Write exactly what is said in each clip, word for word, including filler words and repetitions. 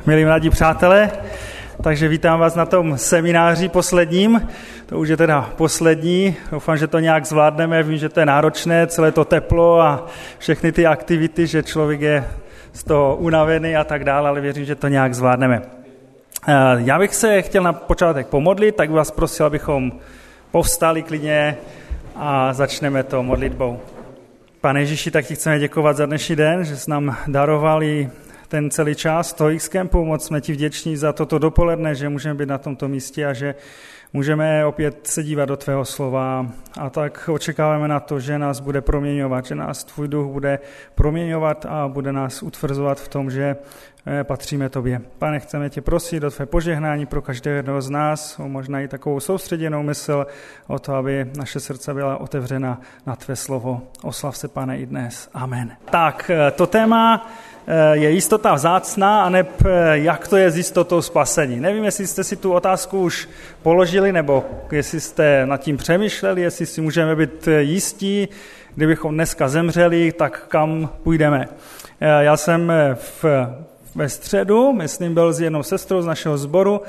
Milí mladí přátelé, takže vítám vás na tom semináři posledním. To už je teda poslední. Doufám, že to nějak zvládneme. Vím, že to je náročné, celé to teplo a všechny ty aktivity, že člověk je z toho unavený a tak dále, ale věřím, že to nějak zvládneme. Já bych se chtěl na počátek pomodlit, tak vás prosil, abychom povstali klidně a začneme to modlitbou. Pane Ježíši, tak ti chceme děkovat za dnešní den, že jsi nám darovali ten celý čas toho X-Campu. Moc jsme ti vděční za toto dopoledne, že můžeme být na tomto místě a že můžeme opět se dívat do tvého slova a tak očekáváme na to, že nás bude proměňovat, že nás tvůj duch bude proměňovat a bude nás utvrzovat v tom, že patříme tobě. Pane, chceme tě prosit o tvé požehnání pro každého jednoho z nás, o možná i takovou soustředěnou mysl, o to, aby naše srdce byla otevřena na tvé slovo. Oslav se, Pane, i dnes. Amen. Tak, to téma je jistota vzácná, aneb jak to je s jistotou spasení. Nevím, jestli jste si tu otázku už položili, nebo jestli jste nad tím přemýšleli, jestli si můžeme být jistí, kdybychom dneska zemřeli, tak kam půjdeme. Já jsem v, ve středu, myslím, byl s jednou sestrou z našeho sboru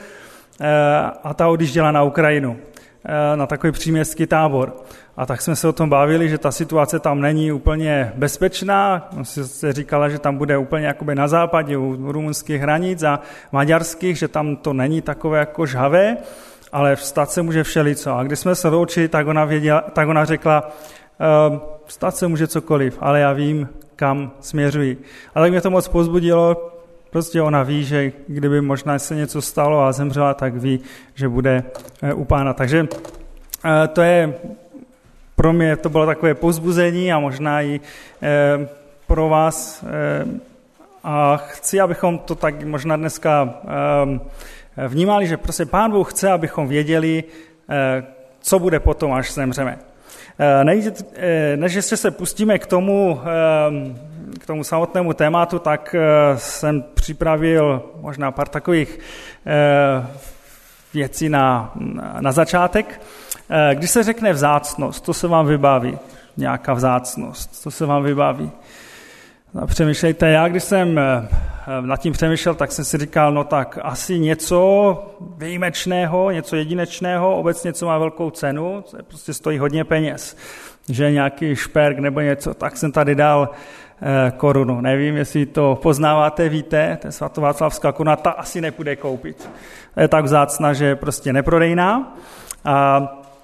a ta odjížděla na Ukrajinu, na takový příměstský tábor. A tak jsme se o tom bavili, že ta situace tam není úplně bezpečná. Se říkala, že tam bude úplně jakoby na západě u rumunských hranic a maďarských, že tam to není takové jako žhavé, ale stát se může všelico. A když jsme se doučili, tak ona, věděla, tak ona řekla, e, stát se může cokoliv, ale já vím, kam směřuji. A tak mě to moc povzbudilo. Prostě ona ví, že kdyby možná se něco stalo a zemřela, tak ví, že bude u Pána. Takže e, to je... Pro mě to bylo takové povzbuzení a možná i e, pro vás. E, a chci, abychom to tak možná dneska e, vnímali, že prostě Pán Bůh chce, abychom věděli, e, co bude potom, až zemřeme. E, nejde, e, než ještě se pustíme k tomu, e, k tomu samotnému tématu, tak e, jsem připravil možná pár takových e, věcí na, na začátek. Když se řekne vzácnost, to se vám vybaví. Nějaká vzácnost, to se vám vybaví. Přemýšlejte, já když jsem nad tím přemýšlel, tak jsem si říkal, no tak asi něco výjimečného, něco jedinečného, obecně co má velkou cenu, to prostě stojí hodně peněz. Že nějaký šperk nebo něco, tak jsem tady dal eh, korunu. Nevím, jestli to poznáváte, víte, to je svatováclavská koruna, ta asi nepůjde koupit. Je tak vzácná, že je prostě neprodejná. A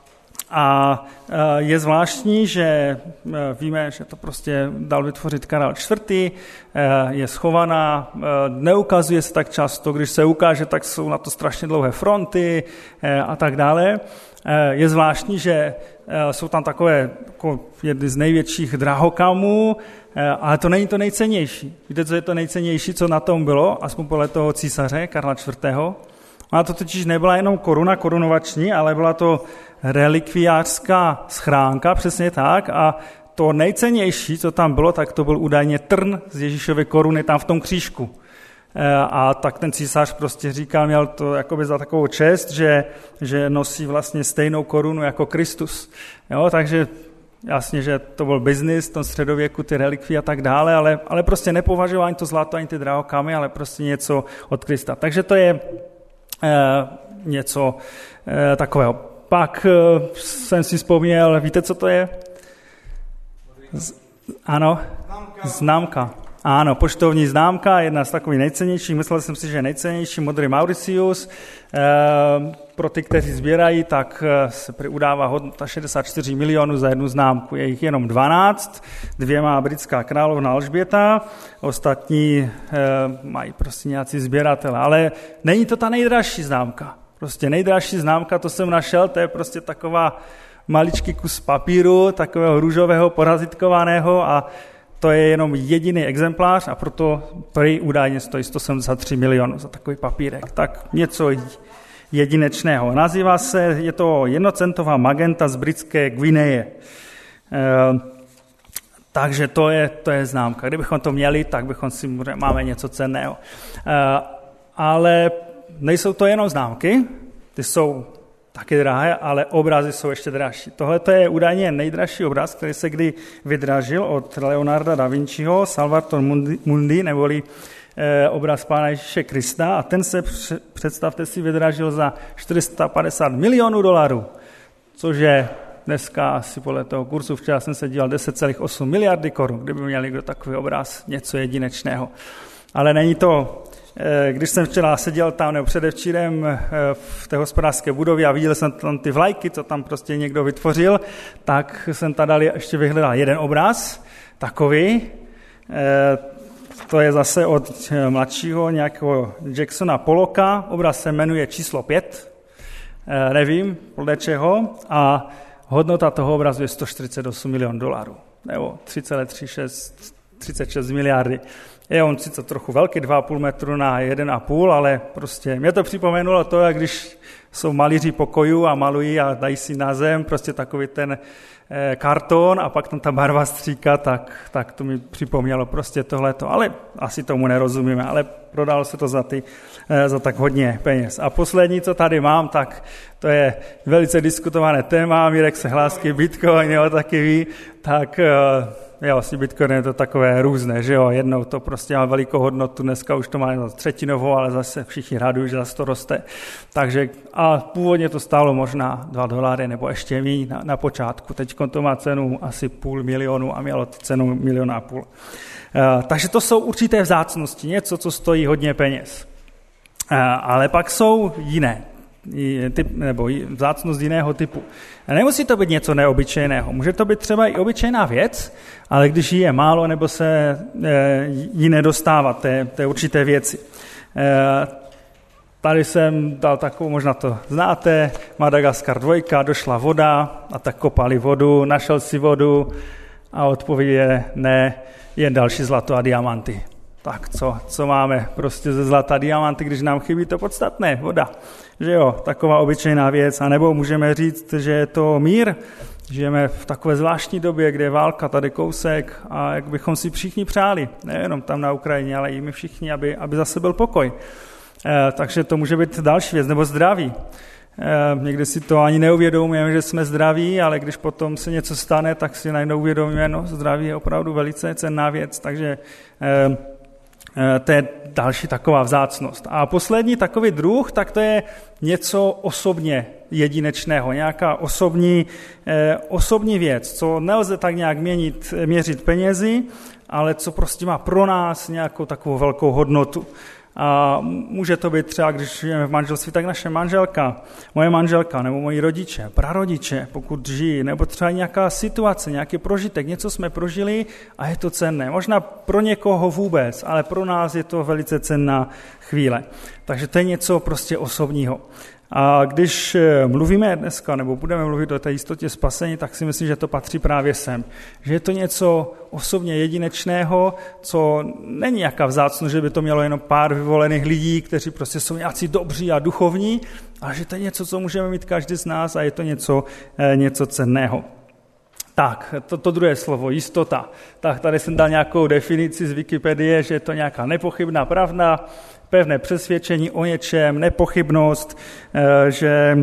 A je zvláštní, že víme, že to prostě dal vytvořit Karel čtvrtý, je schovaná, neukazuje se tak často, když se ukáže, tak jsou na to strašně dlouhé fronty a tak dále. Je zvláštní, že jsou tam takové jako jedny z největších drahokamů, ale to není to nejcennější. Víte, co je to nejcennější, co na tom bylo, aspoň podle toho císaře Karla čtvrtého? Ona to totiž nebyla jenom koruna korunovační, ale byla to relikviářská schránka, přesně tak. A to nejcennější, co tam bylo, tak to byl údajně trn z Ježíšovy koruny tam v tom křížku. A tak ten císař prostě říkal, měl to jakoby za takovou čest, že, že nosí vlastně stejnou korunu jako Kristus. Jo, takže jasně, že to byl biznis v tom středověku, ty relikvie a tak dále, ale, ale prostě nepovažoval ani to zlato, ani ty drahokamy, ale prostě něco od Krista. Takže to je eh, něco eh, takového. Pak eh, jsem si vzpomněl, víte, co to je? Z, ano, známka. známka. Ano, poštovní známka, jedna z takových nejcennějších, myslel jsem si, že je nejcennější, modrý Mauritius. E, pro ty, kteří sbírají, tak se udává hodnota šedesát čtyři milionů za jednu známku. Je jich jenom dvanáct, dvě má britská královna Alžběta, ostatní e, mají prostě nějací sběratele. Ale není to ta nejdražší známka. Prostě nejdražší známka, to jsem našel, to je prostě taková maličký kus papíru, takového růžového porazitkovaného a to je jenom jediný exemplář a proto prý údajně stojí sto sedmdesát tři milionů za takový papírek. Tak něco jedinečného. Nazývá se, je to jednocentová magenta z britské Guineje. E, takže to je, to je známka. Kdybychom to měli, tak bychom si máme něco cenného. E, ale nejsou to jenom známky, ty jsou taky drahé, ale obrazy jsou ještě dražší. Tohle je údajně nejdražší obraz, který se kdy vydražil od Leonarda da Vinciho, Salvator Mundi, neboli obraz Pána Ježíše Krista a ten se, představte si, vydražil za čtyři sta padesát milionů dolarů, což je dneska asi podle toho kurzu, včera jsem se díval, deset celá osm miliardy korun, kdyby měl někdo takový obraz, něco jedinečného. Ale není to, když jsem včera seděl tam, nebo předevčírem v té hospodářské budově a viděl jsem tam ty vlajky, co tam prostě někdo vytvořil, tak jsem tady ještě vyhledal jeden obraz, takový, to je zase od mladšího nějakého Jacksona Pollocka, obraz se jmenuje číslo pět, nevím podle čeho, a hodnota toho obrazu je sto čtyřicet osm milionů dolarů, nebo tři celá třicet šest miliardy. Je on sice trochu velký, dva a půl metru na jeden a půl, ale prostě mě to připomenulo to, jak když jsou malíři pokojů a malují a dají si na zem prostě takový ten eh, karton a pak tam ta barva stříká, tak, tak to mi připomnělo prostě tohleto. Ale asi tomu nerozumíme, ale prodalo se to za, ty, eh, za tak hodně peněz. A poslední, co tady mám, tak to je velice diskutované téma, Mirek se hlásky Bitcoin, jo, taky ví, tak... Eh, Je, vlastně Bitcoin je to takové různé, že jo, jednou to prostě má velikou hodnotu, dneska už to má třetinovou, ale zase všichni radují, že zase to roste. Takže a původně to stálo možná dva dolary nebo ještě méně na, na počátku, teď to má cenu asi půl milionu a mělo to cenu milion a půl. Uh, takže to jsou určité vzácnosti, něco, co stojí hodně peněz. Uh, ale pak jsou jiné. Typ, nebo vzácnost jiného typu. Nemusí to být něco neobyčejného. Může to být třeba i obyčejná věc, ale když jí je málo, nebo se e, jí nedostává té, té určité věci. E, tady jsem dal takovou, možná to znáte, Madagaskar dvojka, došla voda a tak kopali vodu, našel si vodu a odpověď je ne, jen další zlato a diamanty. Tak co, co máme prostě ze zlata diamanty, když nám chybí to podstatné, voda. Že jo, taková obyčejná věc. A nebo můžeme říct, že je to mír. Žijeme v takové zvláštní době, kde je válka, tady kousek a jak bychom si všichni přáli, nejenom tam na Ukrajině, ale i my všichni, aby, aby zase byl pokoj. E, takže to může být další věc, nebo zdraví. E, někdy si to ani neuvědomujeme, že jsme zdraví, ale když potom se něco stane, tak si najednou uvědomíme, no zdraví je opravdu velice cenná věc, takže e, to je další taková vzácnost. A poslední takový druh, tak to je něco osobně jedinečného, nějaká osobní, eh, osobní věc, co nelze tak nějak měnit, měřit penězi, ale co prostě má pro nás nějakou takovou velkou hodnotu. A může to být třeba, když žijeme v manželství, tak naše manželka, moje manželka nebo moji rodiče, prarodiče, pokud žijí, nebo třeba nějaká situace, nějaký prožitek, něco jsme prožili a je to cenné. Možná pro někoho vůbec, ale pro nás je to velice cenná chvíle. Takže to je něco prostě osobního. A když mluvíme dneska, nebo budeme mluvit o té jistotě spasení, tak si myslím, že to patří právě sem. Že je to něco osobně jedinečného, co není nějaká vzácnost, že by to mělo jenom pár vyvolených lidí, kteří prostě jsou nějací dobří a duchovní, ale že to je něco, co můžeme mít každý z nás a je to něco, něco cenného. Tak, to, to druhé slovo, jistota. Tak tady jsem dal nějakou definici z Wikipedie, že je to nějaká nepochybná pravda, pevné přesvědčení o něčem, nepochybnost, že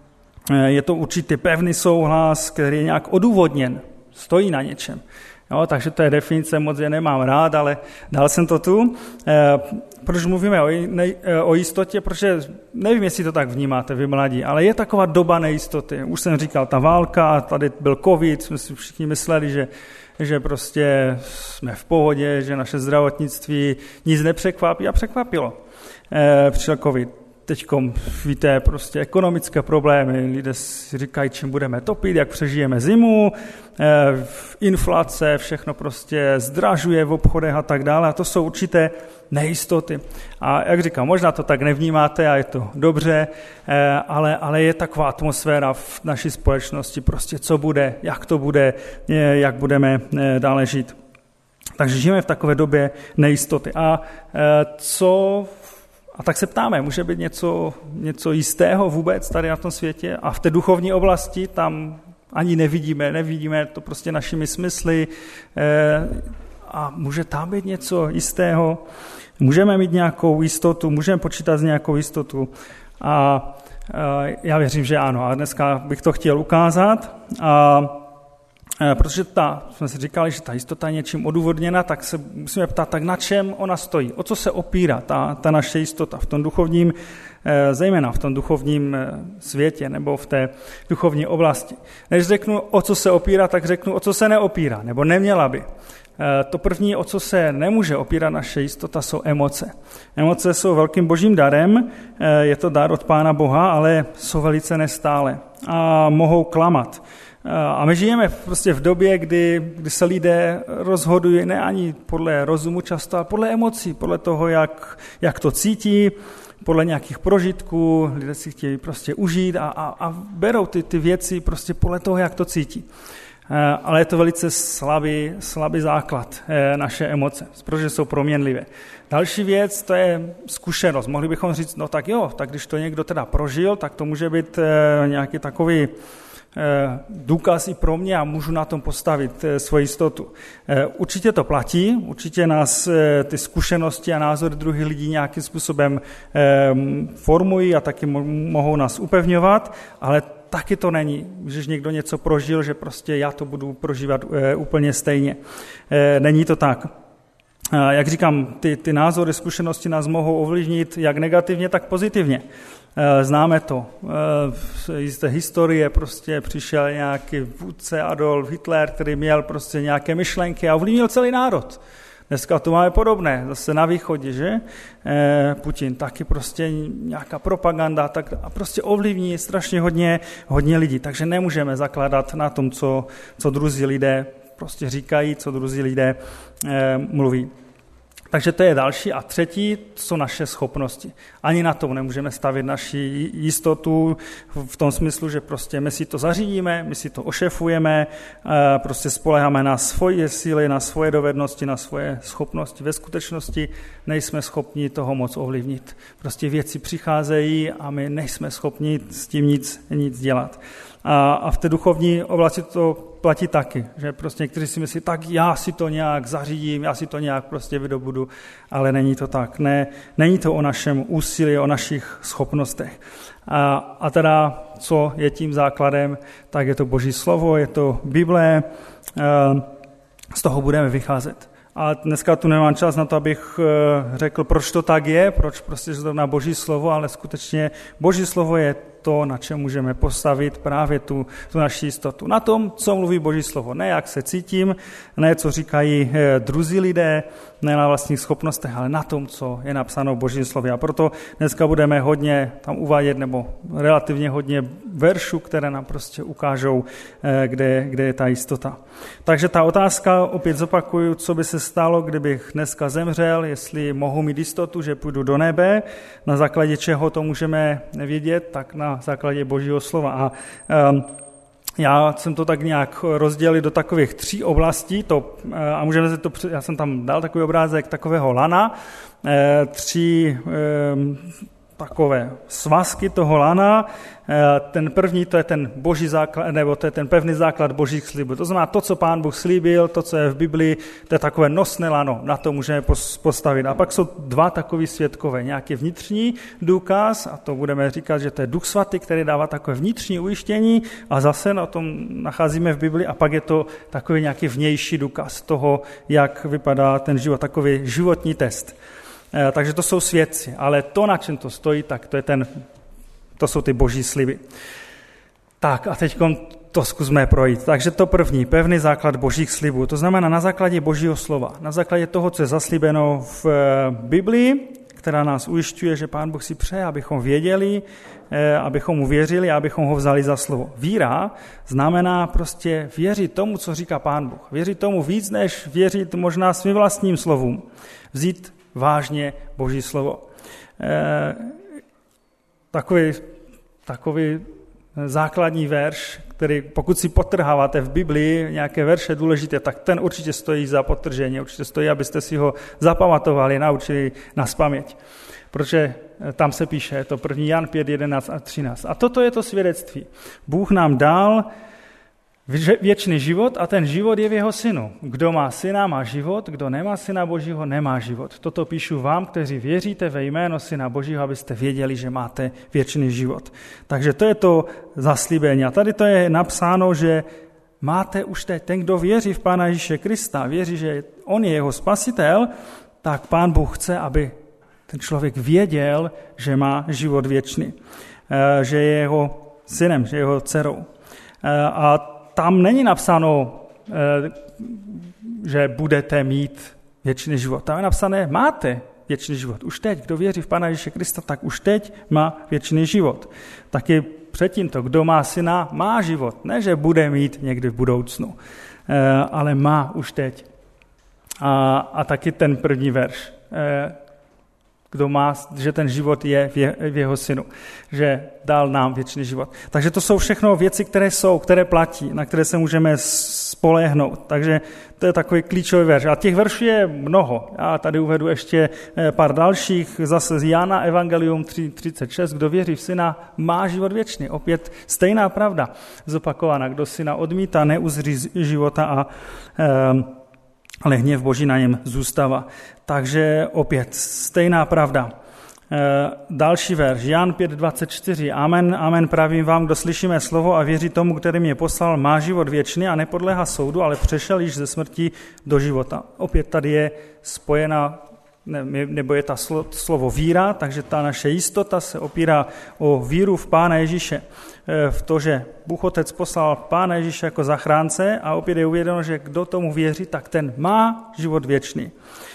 je to určitý pevný souhlas, který je nějak odůvodněn, stojí na něčem. Jo, takže to je definice, moc je nemám rád, ale dal jsem to tu. Proč mluvíme o, ne, o jistotě? Protože nevím, jestli to tak vnímáte vy mladí, ale je taková doba nejistoty. Už jsem říkal, ta válka, tady byl covid, jsme si všichni mysleli, že že prostě jsme v pohodě, že naše zdravotnictví nic nepřekvapí a překvapilo. E, přišel covid. Teďkom víte, prostě ekonomické problémy, lidé si říkají, čím budeme topit, jak přežijeme zimu, e, inflace, všechno prostě zdražuje v obchodech a tak dále a to jsou určité nejistoty. A jak říkám, možná to tak nevnímáte a je to dobře, e, ale, ale je taková atmosféra v naší společnosti, prostě co bude, jak to bude, e, jak budeme e, dále žít. Takže žijeme v takové době nejistoty. A e, co... A tak se ptáme, může být něco, něco jistého vůbec tady na tom světě a v té duchovní oblasti tam ani nevidíme, nevidíme to prostě našimi smysly eh, a může tam být něco jistého, můžeme mít nějakou jistotu, můžeme počítat s nějakou jistotu a eh, já věřím, že ano a dneska bych to chtěl ukázat a Protože ta, jsme si říkali, že ta jistota je něčím odůvodněna, tak se musíme ptát, tak na čem ona stojí, o co se opírá ta, ta naše jistota v tom duchovním, zejména v tom duchovním světě nebo v té duchovní oblasti. Než řeknu, o co se opírá, tak řeknu, o co se neopírá, nebo neměla by. To první, o co se nemůže opírat naše jistota, jsou emoce. Emoce jsou velkým božím darem, je to dar od Pána Boha, ale jsou velice nestále a mohou klamat. A my žijeme prostě v době, kdy, kdy se lidé rozhodují ne ani podle rozumu často, ale podle emocí, podle toho, jak, jak to cítí, podle nějakých prožitků, lidé si chtějí prostě užít a, a, a berou ty, ty věci prostě podle toho, jak to cítí. Ale je to velice slabý, slabý základ, naše emoce, protože jsou proměnlivé. Další věc, to je zkušenost. Mohli bychom říct, no tak jo, tak když to někdo teda prožil, tak to může být nějaký takový důkaz i pro mě a můžu na tom postavit svoji jistotu. Určitě to platí, určitě nás ty zkušenosti a názory druhých lidí nějakým způsobem formují a taky mohou nás upevňovat, ale taky to není, když někdo něco prožil, že prostě já to budu prožívat úplně stejně. Není to tak. Jak říkám, ty, ty názory, zkušenosti nás mohou ovlivnit jak negativně, tak pozitivně. Známe to. Z té historie prostě přišel nějaký vůdce Adolf Hitler, který měl prostě nějaké myšlenky a ovlivnil celý národ. Dneska to máme podobné, zase na východě, že? Putin taky prostě nějaká propaganda tak a prostě ovlivní strašně hodně, hodně lidí. Takže nemůžeme zakládat na tom, co, co druzí lidé prostě říkají, co druzí lidé eh, mluví. Takže to je další. A třetí jsou naše schopnosti. Ani na tom nemůžeme stavit naši jistotu v tom smyslu, že prostě my si to zařídíme, my si to ošefujeme, prostě spoléháme na svoje síly, na svoje dovednosti, na svoje schopnosti. Ve skutečnosti nejsme schopni toho moc ovlivnit. Prostě věci přicházejí a my nejsme schopni s tím nic, nic dělat. A, a v té duchovní oblasti to platí taky, že prostě někteří si myslí, tak já si to nějak zařídím, já si to nějak prostě vydobudu, ale není to tak. Ne, není to o našem úsilí, o našich schopnostech. A, a teda, co je tím základem, tak je to Boží slovo, je to Bible, z toho budeme vycházet. A dneska tu nemám čas na to, abych řekl, proč to tak je, proč prostě na Boží slovo, ale skutečně Boží slovo je to, na čem můžeme postavit právě tu, tu naši jistotu. Na tom, co mluví Boží slovo. Ne jak se cítím, ne co říkají druzí lidé, ne na vlastních schopnostech, ale na tom, co je napsáno v Božím slově. A proto dneska budeme hodně tam uvádět, nebo relativně hodně veršů, které nám prostě ukážou, kde, kde je ta jistota. Takže ta otázka, opět zopakuju, co by se stalo, kdybych dneska zemřel, jestli mohu mít jistotu, že půjdu do nebe, na základě čeho to můžeme vědět, tak na základě Božího slova. A um, já jsem to tak nějak rozdělil do takových tří oblastí, to, a můžeme si to, já jsem tam dal takový obrázek takového lana, tři takové svazky toho lana. Ten první, to je ten boží základ, nebo to je ten pevný základ božích slibů. To znamená to, co Pán Bůh slíbil, to, co je v Biblii, to je takové nosné lano, na to můžeme postavit. A pak jsou dva takový svědkové, nějaký vnitřní důkaz, a to budeme říkat, že to je Duch Svatý, který dává takové vnitřní ujištění, a zase na tom nacházíme v Biblii, a pak je to takový nějaký vnější důkaz toho, jak vypadá ten život, takový životní test. Takže to jsou svědci, ale to, na čem to stojí, tak to, je ten, to jsou ty boží sliby. Tak a teď to zkusme projít. Takže to první, pevný základ božích slibů, to znamená na základě Božího slova, na základě toho, co je zaslíbeno v Biblii, která nás ujišťuje, že Pán Bůh si přeje, abychom věděli, abychom mu věřili a abychom ho vzali za slovo. Víra znamená prostě věřit tomu, co říká Pán Bůh. Věřit tomu víc, než věřit možná svým vlastním slovům. Vzít vážně Boží slovo. E, takový, takový základní verš, který pokud si potrháváte v Biblii nějaké verše důležité, tak ten určitě stojí za podtržení, určitě stojí, abyste si ho zapamatovali, naučili nazpaměť. Protože tam se píše, je to první Jan pět, jedenáct a třináct. A toto je to svědectví. Bůh nám dal věčný život a ten život je v jeho synu. Kdo má syna, má život, kdo nemá syna Božího, nemá život. Toto píšu vám, kteří věříte ve jméno syna Božího, abyste věděli, že máte věčný život. Takže to je to zaslíbení. A tady to je napsáno, že máte už teď. Ten, kdo věří v Pána Ježíše Krista, věří, že on je jeho spasitel, tak Pán Bůh chce, aby ten člověk věděl, že má život věčný, že je jeho synem, že je jeho dcerou. A tam není napsáno, že budete mít věčný život. Tam je napsané, máte věčný život. Už teď, kdo věří v Pána Ježíše Krista, tak už teď má věčný život. Taky předtím to, kdo má syna, má život. Ne, že bude mít někdy v budoucnu, ale má už teď. A, a taky ten první verš. Kdo má, že ten život je v, je, v jeho synu, že dal nám věčný život. Takže to jsou všechno věci, které jsou, které platí, na které se můžeme spoléhnout. Takže to je takový klíčový verš. A těch veršů je mnoho. Já tady uvedu ještě pár dalších. Zase z Jana Evangelium tři třicet šest. Kdo věří v syna, má život věčný. Opět stejná pravda zopakovaná. Kdo syna odmítá, neuzří života a um, ale hněv Boží na něm zůstává. Takže opět stejná pravda. E, další verš, Jan pět dvacet čtyři. Amen, amen, pravím vám, kdo slyší mé slovo a věří tomu, který mě poslal, má život věčný a nepodléhá soudu, ale přešel již ze smrti do života. Opět tady je spojena, ne, nebo je ta slovo víra, takže ta naše jistota se opírá o víru v Pána Ježíše. V to, že Bůh Otec poslal Pána Ježíše jako zachránce a opět je uvědomo, že kdo tomu věří, tak ten má život věčný.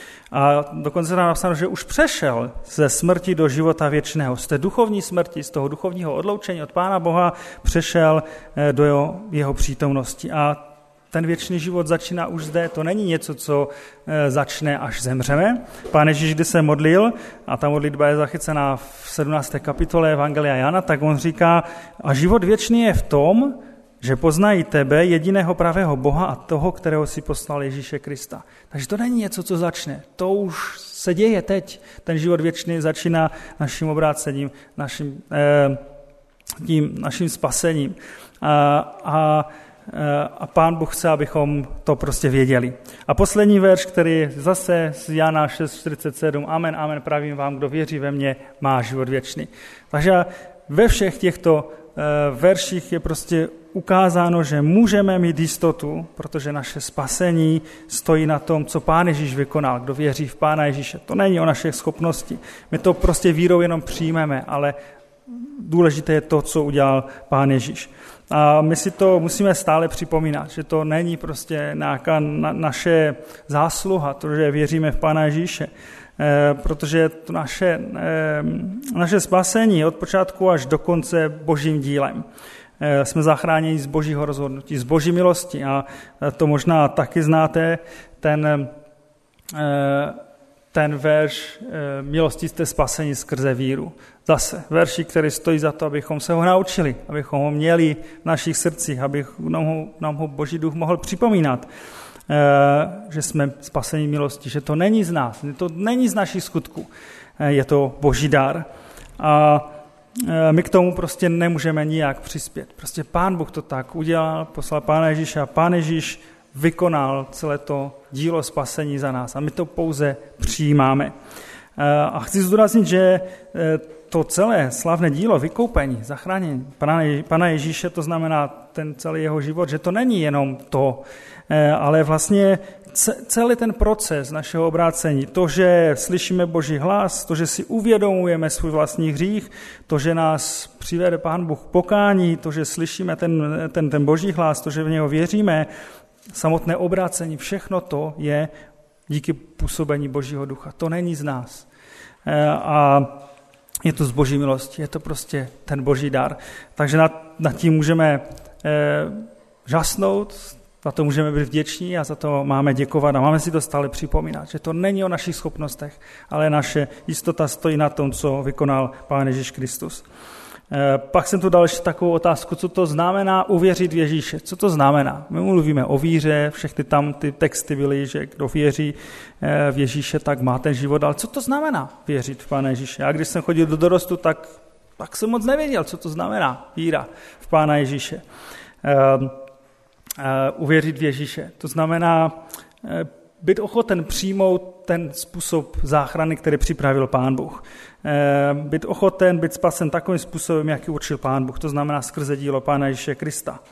A dokonce nám napsáno, že už přešel ze smrti do života věčného. Z té duchovní smrti, z toho duchovního odloučení od Pána Boha přešel do jeho, jeho přítomnosti. A ten věčný život začíná už zde. To není něco, co začne, až zemřeme. Pán Ježíš, když se modlil, a ta modlitba je zachycená v sedmnácté kapitole Evangelia Jana, tak on říká, a život věčný je v tom, že poznají tebe, jediného pravého Boha a toho, kterého si poslal Ježíše Krista. Takže to není něco, co začne. To už se děje teď. Ten život věčný začíná naším obrácením, naším, eh, tím naším spasením. A, a A Pán Bůh chce, abychom to prostě věděli. A poslední verš, který zase z Jana šest čtyřicet sedm. Amen, amen, pravím vám, kdo věří ve mně, má život věčný. Takže ve všech těchto verších je prostě ukázáno, že můžeme mít jistotu, protože naše spasení stojí na tom, co Pán Ježíš vykonal. Kdo věří v Pána Ježíše. To není o našich schopnosti. My to prostě vírou jenom přijmeme, ale důležité je to, co udělal Pán Ježíš. A my si to musíme stále připomínat, že to není prostě nějaká na, naše zásluha, to, že věříme v Pána Ježíše, e, protože to naše, e, naše spasení od počátku až do konce Božím dílem. E, jsme zachráněni z Božího rozhodnutí, z Boží milosti a to možná taky znáte, ten e, ten verš e, milosti jste spaseni skrze víru. Zase verši, který stojí za to, abychom se ho naučili, abychom ho měli v našich srdcích, aby nám ho, nám ho Boží duch mohl připomínat, e, že jsme spaseni milostí, že to není z nás, to není z našich skutků, e, je to Boží dar. A e, my k tomu prostě nemůžeme nijak přispět. Prostě Pán Bůh to tak udělal, poslal Pána Ježíše a Pán Ježíš vykonal celé to dílo spasení za nás a my to pouze přijímáme. A chci zdůraznit, že to celé slavné dílo vykoupení, zachránění Pana Ježíše, to znamená ten celý jeho život, že to není jenom to, ale vlastně celý ten proces našeho obrácení, to, že slyšíme Boží hlas, to, že si uvědomujeme svůj vlastní hřích, to, že nás přivede Pán Bůh k pokání, to, že slyšíme ten, ten, ten Boží hlas, to, že v něho věříme, samotné obrácení, všechno to je díky působení Božího ducha. To není z nás. A je to z Boží milosti, je to prostě ten Boží dar. Takže nad, nad tím můžeme žasnout, za to můžeme být vděční a za to máme děkovat a máme si to stále připomínat, že to není o našich schopnostech, ale naše jistota stojí na tom, co vykonal Pán Ježíš Kristus. Pak jsem tu dal ještě takovou otázku, co to znamená uvěřit v Ježíše. Co to znamená? My mluvíme o víře, všechny tam ty texty byly, že kdo věří v Ježíše, tak má ten život. Ale co to znamená věřit v Pána Ježíše? Já když jsem chodil do dorostu, tak, tak jsem moc nevěděl, co to znamená víra v Pána Ježíše. Uh, uh, uvěřit v Ježíše. To znamená uh, být ochoten přijmout ten způsob záchrany, který připravil Pán Bůh. Být ochoten být spasen takovým způsobem, jaký určil Pán Bůh, to znamená skrze dílo Pána Ježíše Krista.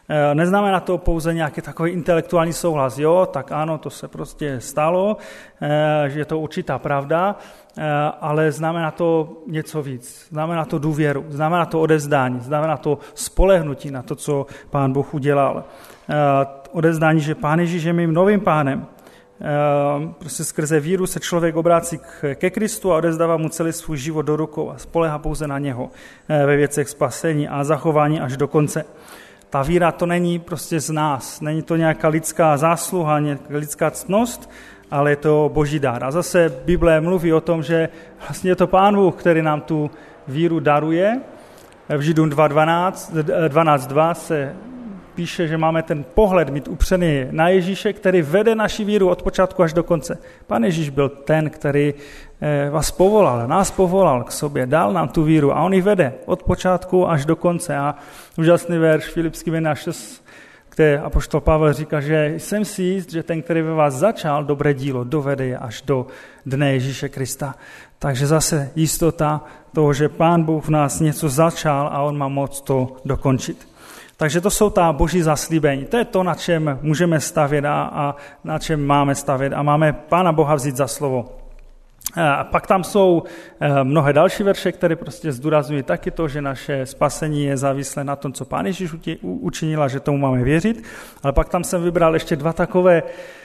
Neznamená to pouze nějaký takový intelektuální souhlas. Jo, tak ano, to se prostě stalo, že je to určitá pravda, ale znamená to něco víc. Znamená to důvěru, znamená to odevzdání, znamená to spolehnutí na to, co Pán Bůh udělal. Odevzdání, že Pán Ježíš je mým novým pánem. Prostě skrze víru se člověk obrácí ke Kristu a odevzdává mu celý svůj život do rukou a spolehá pouze na něho ve věcech spasení a zachování až do konce. Ta víra to není prostě z nás, není to nějaká lidská zásluha, nějaká lidská ctnost, ale je to boží dar. A zase Bible mluví o tom, že vlastně je to Pán Bůh, který nám tu víru daruje. V Židům dva dvanáct dva se píše, že máme ten pohled mít upřený na Ježíše, který vede naši víru od počátku až do konce. Pán Ježíš byl ten, který vás povolal, nás povolal k sobě, dal nám tu víru a on ji vede od počátku až do konce. A úžasný verš Filipským jedna šest, kde apoštol Pavel říká, že jsem si jist, že ten, který ve vás začal dobré dílo, dovede je až do dne Ježíše Krista. Takže zase jistota toho, že Pán Bůh v nás něco začal a on má moc to dokončit. Takže to jsou ta boží zaslíbení. To je to, na čem můžeme stavět a, a na čem máme stavět a máme Pána Boha vzít za slovo. A pak tam jsou mnohé další verše, které prostě zdůrazňují taky to, že naše spasení je závislé na tom, co Pán Ježíš učinil a že tomu máme věřit. Ale pak tam jsem vybral ještě dva takové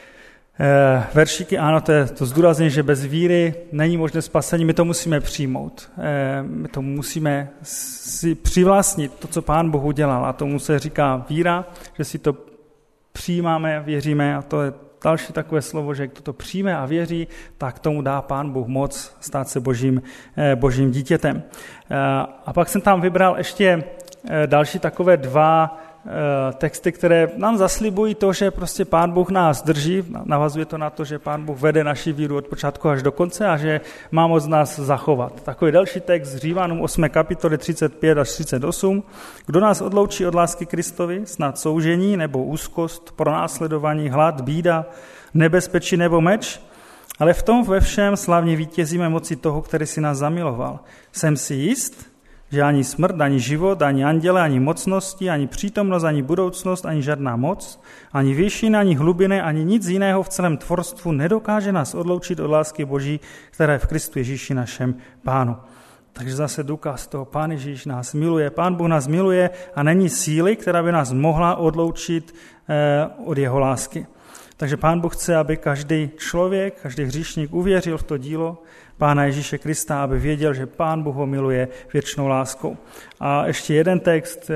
veršíky, ano, to je to zdůraznění, že bez víry není možné spasení, my to musíme přijmout. My to musíme si přivlastnit, to, co Pán Bůh udělal, a tomu se říká víra, že si to přijímáme, věříme, a to je další takové slovo, že kdo to přijme a věří, tak tomu dá Pán Bůh moc stát se božím, božím dítětem. A pak jsem tam vybral ještě další takové dva texty, které nám zaslibují to, že prostě Pán Bůh nás drží, navazuje to na to, že Pán Bůh vede naši víru od počátku až do konce a že má moc nás zachovat. Takový další text z Římanům osmé kapitoly třicet pět až třicet osm. Kdo nás odloučí od lásky Kristovi, snad soužení nebo úzkost, pronásledování, hlad, bída, nebezpečí nebo meč? Ale v tom ve všem slavně vítězíme moci toho, který si nás zamiloval. Jsem si jist, že ani smrt, ani život, ani anděle, ani mocnosti, ani přítomnost, ani budoucnost, ani žádná moc, ani výšina, ani hlubiny, ani nic jiného v celém tvorstvu nedokáže nás odloučit od lásky Boží, která je v Kristu Ježíši našem Pánu. Takže zase důkaz toho, Pán Ježíš nás miluje, Pán Bůh nás miluje a není síly, která by nás mohla odloučit eh, od jeho lásky. Takže Pán Bůh chce, aby každý člověk, každý hříšník uvěřil v to dílo Pána Ježíše Krista, aby věděl, že Pán Bůh ho miluje věčnou láskou. A ještě jeden text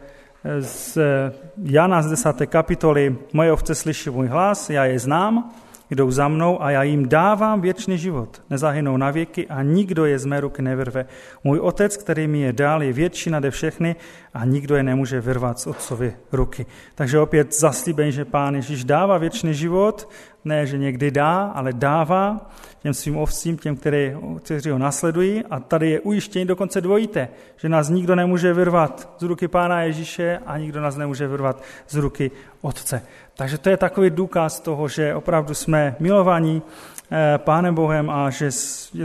z Jana z desáté kapitoly. Moje ovce slyší můj hlas, já je znám, jdou za mnou a já jim dávám věčný život. Nezahynou na věky a nikdo je z mé ruky nevyrve. Můj otec, který mi je dal, je větší nade všechny a nikdo je nemůže vyrvat z otcovy ruky. Takže opět zaslíbení, že Pán Ježíš dává věčný život, ne, že někdy dá, ale dává těm svým ovcím, těm, který, kteří ho následují. A tady je ujištění dokonce dvojité, že nás nikdo nemůže vyrvat z ruky Pána Ježíše a nikdo nás nemůže vyrvat z ruky Otce. Takže to je takový důkaz toho, že opravdu jsme milovaní Pánem Bohem a že je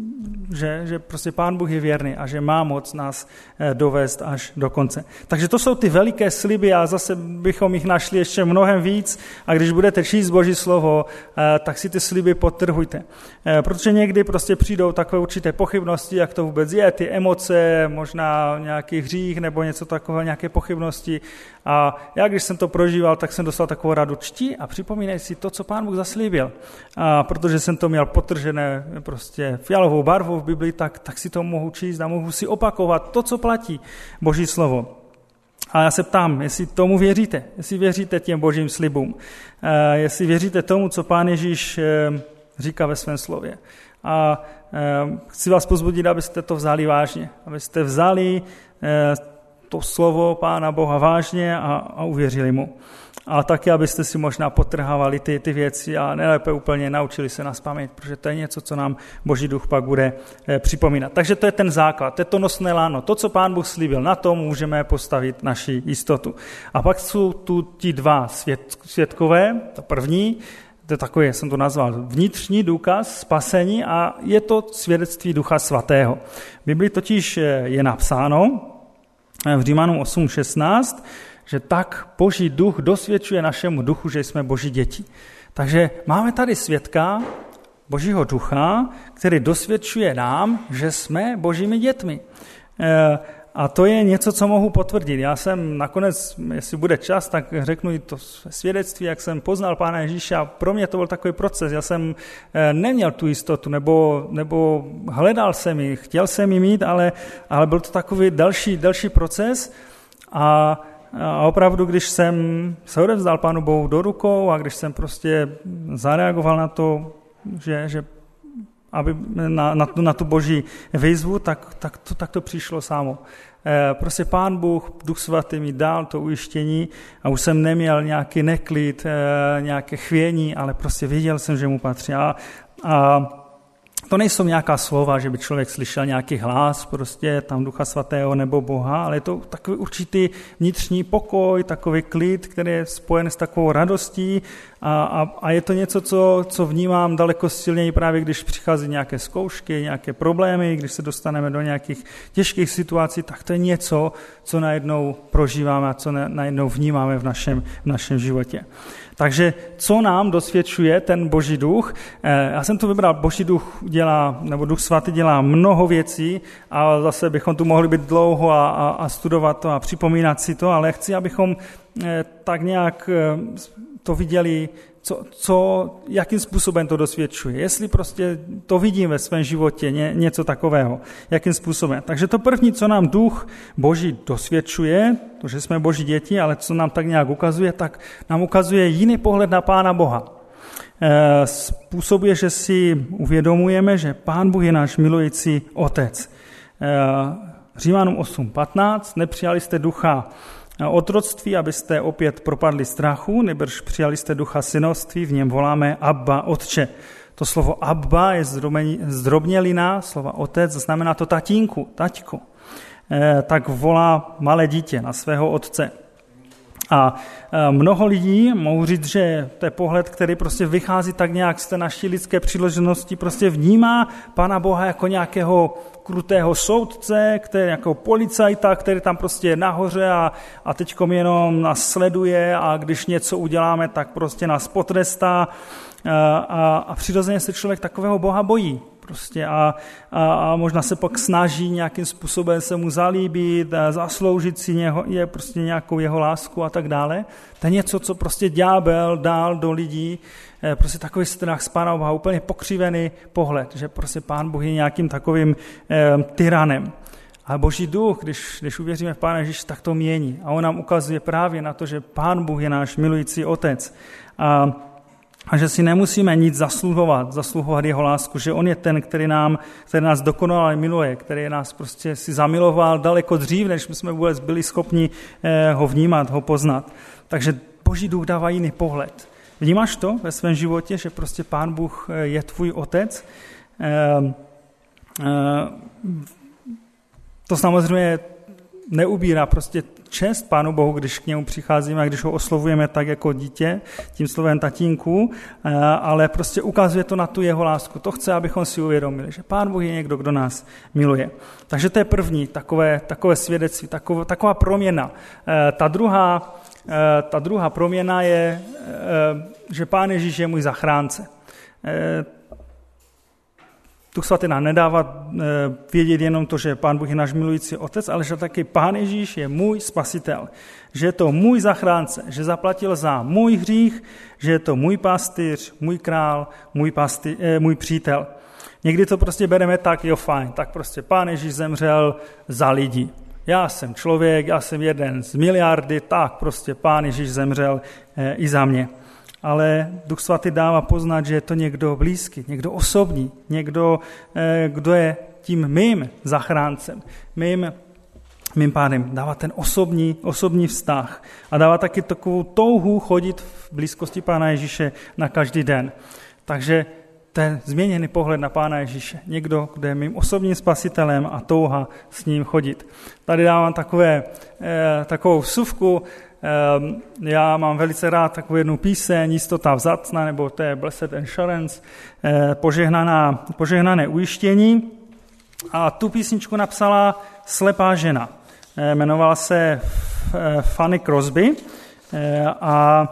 Že, že prostě Pán Bůh je věrný a že má moc nás dovést až do konce. Takže to jsou ty veliké sliby a zase bychom jich našli ještě mnohem víc a když budete číst Boží slovo, tak si ty sliby podtrhujte. Protože někdy prostě přijdou takové určité pochybnosti, jak to vůbec je, ty emoce, možná nějaký hřích nebo něco takového, nějaké pochybnosti. A já, když jsem to prožíval, tak jsem dostal takovou radu, čti a připomínej si to, co Pán Bůh zaslíbil. A protože jsem to měl potržené prostě fialovou barvou v Biblii, tak, tak si to mohu číst a mohu si opakovat to, co platí Boží slovo. A já se ptám, jestli tomu věříte, jestli věříte těm Božím slibům, jestli věříte tomu, co Pán Ježíš říká ve svém slově. A chci vás pozbudit, abyste to vzali vážně, abyste vzali to slovo Pána Boha vážně a, a uvěřili mu. A taky, abyste si možná potrhávali ty, ty věci a nejlépe úplně naučili se nás pamět, protože to je něco, co nám Boží duch pak bude eh, připomínat. Takže to je ten základ, to je to nosné láno. To, co Pán Bůh slíbil, na tom můžeme postavit naši jistotu. A pak jsou tu ti dva svět, svědkové, to první, to je takové, jsem to nazval, vnitřní důkaz spasení a je to svědectví Ducha Svatého. V Biblii totiž je napsáno, v Římanům osm šestnáct, že tak Boží duch dosvědčuje našemu duchu, že jsme Boží děti. Takže máme tady svědka Božího ducha, který dosvědčuje nám, že jsme Božími dětmi. A to je něco, co mohu potvrdit. Já jsem nakonec, jestli bude čas, tak řeknu i to svědectví, jak jsem poznal Pána Ježíše. A pro mě to byl takový proces. Já jsem neměl tu jistotu, nebo, nebo hledal jsem ji, chtěl jsem ji mít, ale, ale byl to takový další, další proces. A, a opravdu, když jsem se odevzdal Pánu Bohu do rukou a když jsem prostě zareagoval na to, že, že aby na, na, tu, na tu Boží výzvu, tak, tak, to, tak to přišlo samo. E, prostě Pán Bůh, Duch Svatý mi dal to ujištění a už jsem neměl nějaký neklid, e, nějaké chvění, ale prostě věděl jsem, že mu patří. A, a to nejsou nějaká slova, že by člověk slyšel nějaký hlas, prostě tam Ducha Svatého nebo Boha, ale je to takový určitý vnitřní pokoj, takový klid, který je spojen s takovou radostí a, a, a je to něco, co, co vnímám daleko silněji právě, když přichází nějaké zkoušky, nějaké problémy, když se dostaneme do nějakých těžkých situací, tak to je něco, co najednou prožíváme a co najednou vnímáme v našem, v našem životě. Takže co nám dosvědčuje ten Boží duch? Já jsem tu vybral, Boží duch dělá, nebo Duch Svatý dělá mnoho věcí a zase bychom tu mohli být dlouho a, a, a studovat to a připomínat si to, ale chci, abychom tak nějak to viděli, co, co, jakým způsobem to dosvědčuje. Jestli prostě to vidím ve svém životě, ně, něco takového, jakým způsobem. Takže to první, co nám Duch Boží dosvědčuje, to, že jsme Boží děti, ale co nám tak nějak ukazuje, tak nám ukazuje jiný pohled na Pána Boha. E, způsobuje, že si uvědomujeme, že Pán Bůh je náš milující Otec. E, Římanům osm patnáct, nepřijali jste ducha otroctví, abyste opět propadli strachu, nebož přijali jste ducha synovství, v něm voláme Abba, Otče. To slovo Abba je zdrobnělina, slova otec, znamená to tatínku, taťko. E, tak volá malé dítě na svého otce. A mnoho lidí, mohu říct, že to je pohled, který prostě vychází tak nějak z té naší lidské přiloženosti, prostě vnímá Pána Boha jako nějakého krutého soudce, který, jako policajta, který tam prostě je nahoře a, a teďkom jenom nás sleduje a když něco uděláme, tak prostě nás potrestá a, a, a přirozeně se člověk takového Boha bojí. Prostě a, a, a možná se pak snaží nějakým způsobem se mu zalíbit, zasloužit si něho, je prostě nějakou jeho lásku a tak dále. To je něco, co prostě ďábel dal do lidí, prostě takový strach z Pána Boha, úplně pokřivený pohled, že prostě Pán Bůh je nějakým takovým eh, tyranem. A Boží duch, když, když uvěříme v Pána Ježíše, tak to mění. A on nám ukazuje právě na to, že Pán Bůh je náš milující Otec. A A že si nemusíme nic zasluhovat, zasluhovat jeho lásku, že on je ten, který, nám, který nás dokonale miluje, který nás prostě si zamiloval daleko dřív, než my jsme vůbec byli schopni ho vnímat, ho poznat. Takže Boží duch dává jiný pohled. Vnímáš to ve svém životě, že prostě Pán Bůh je tvůj otec? To samozřejmě neubírá prostě čest Pánu Bohu, když k němu přicházíme a když ho oslovujeme tak jako dítě, tím slovem tatínku, ale prostě ukazuje to na tu jeho lásku. To chce, abychom si uvědomili, že Pán Bůh je někdo, kdo nás miluje. Takže to je první takové, takové svědectví, takové, taková proměna. Ta druhá, ta druhá proměna je, že Pán Ježíš je můj zachránce. Duch Svatý nám nedává vědět jenom to, že Pán Bůh je náš milující Otec, ale že taky Pán Ježíš je můj spasitel. Že je to můj zachránce, že zaplatil za můj hřích, že je to můj pastýř, můj král, můj, pastýř, eh, můj přítel. Někdy to prostě bereme tak, jo fajn, tak prostě Pán Ježíš zemřel za lidi. Já jsem člověk, já jsem jeden z miliardy, tak prostě Pán Ježíš zemřel eh, i za mě. Ale Duch Svatý dává poznat, že je to někdo blízký, někdo osobní, někdo, kdo je tím mým zachráncem, mým, mým pádem. Dává ten osobní, osobní vztah a dává taky takovou touhu chodit v blízkosti Pána Ježíše na každý den. Takže ten změněný pohled na Pána Ježíše. Někdo, kdo je mým osobním spasitelem a touha s ním chodit. Tady dávám takové, eh, takovou vsuvku. Já mám velice rád takovou jednu píseň, Jistota vzácná, nebo to je Blessed Assurance, požehnaná, požehnané ujištění. A tu písničku napsala slepá žena. Jmenovala se Fanny Crosby a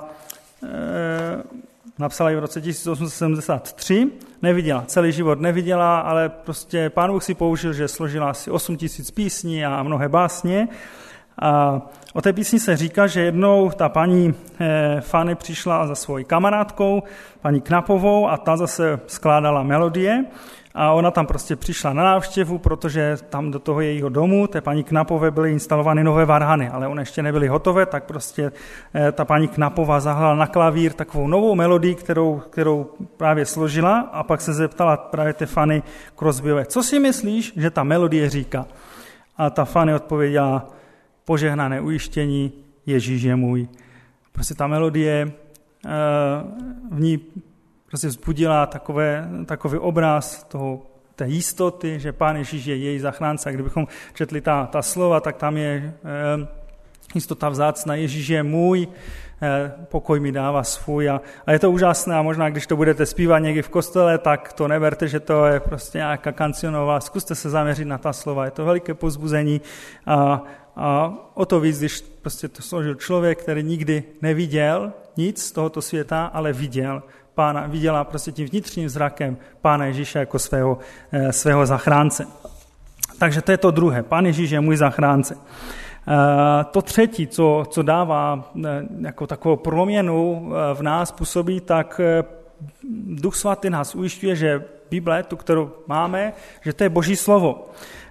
napsala ji v roce tisíc osm set sedmdesát tři, neviděla, celý život neviděla, ale prostě Pán Bůh si použil, že složila asi osm tisíc písní a mnohé básně. A o té písni se říká, že jednou ta paní Fanny přišla za svojí kamarádkou, paní Knapovou, a ta zase skládala melodie. A ona tam prostě přišla na návštěvu, protože tam do toho jejího domu, té paní Knapové, byly instalovány nové varhany, ale one ještě nebyly hotové, tak prostě ta paní Knapová zahrála na klavír takovou novou melodii, kterou, kterou právě složila, a pak se zeptala právě té Fanny Crosbyové, co si myslíš, že ta melodie říká? A ta Fanny odpověděla, požehnané ujištění, Ježíš je můj. Prostě ta melodie v ní prostě vzbudila takové, takový obraz toho, té jistoty, že Pán Ježíš je její zachránce. A kdybychom četli ta, ta slova, tak tam je e, jistota vzácná, Ježíš je můj, e, pokoj mi dává svůj. A, a je to úžasné, a možná, když to budete zpívat někdy v kostele, tak to neberte, že to je prostě nějaká kancionová. Zkuste se zaměřit na ta slova, je to veliké povzbuzení. A, a o to víc, když prostě to složil člověk, který nikdy neviděl nic z tohoto světa, ale viděl Pána, viděla prostě tím vnitřním zrakem Pána Ježíše jako svého, svého zachránce. Takže to je to druhé. Pán Ježíš je můj zachránce. To třetí, co, co dává jako takovou proměnu v nás, působí, tak Duch Svatý nás ujišťuje, že Bible, tu, kterou máme, že to je Boží slovo.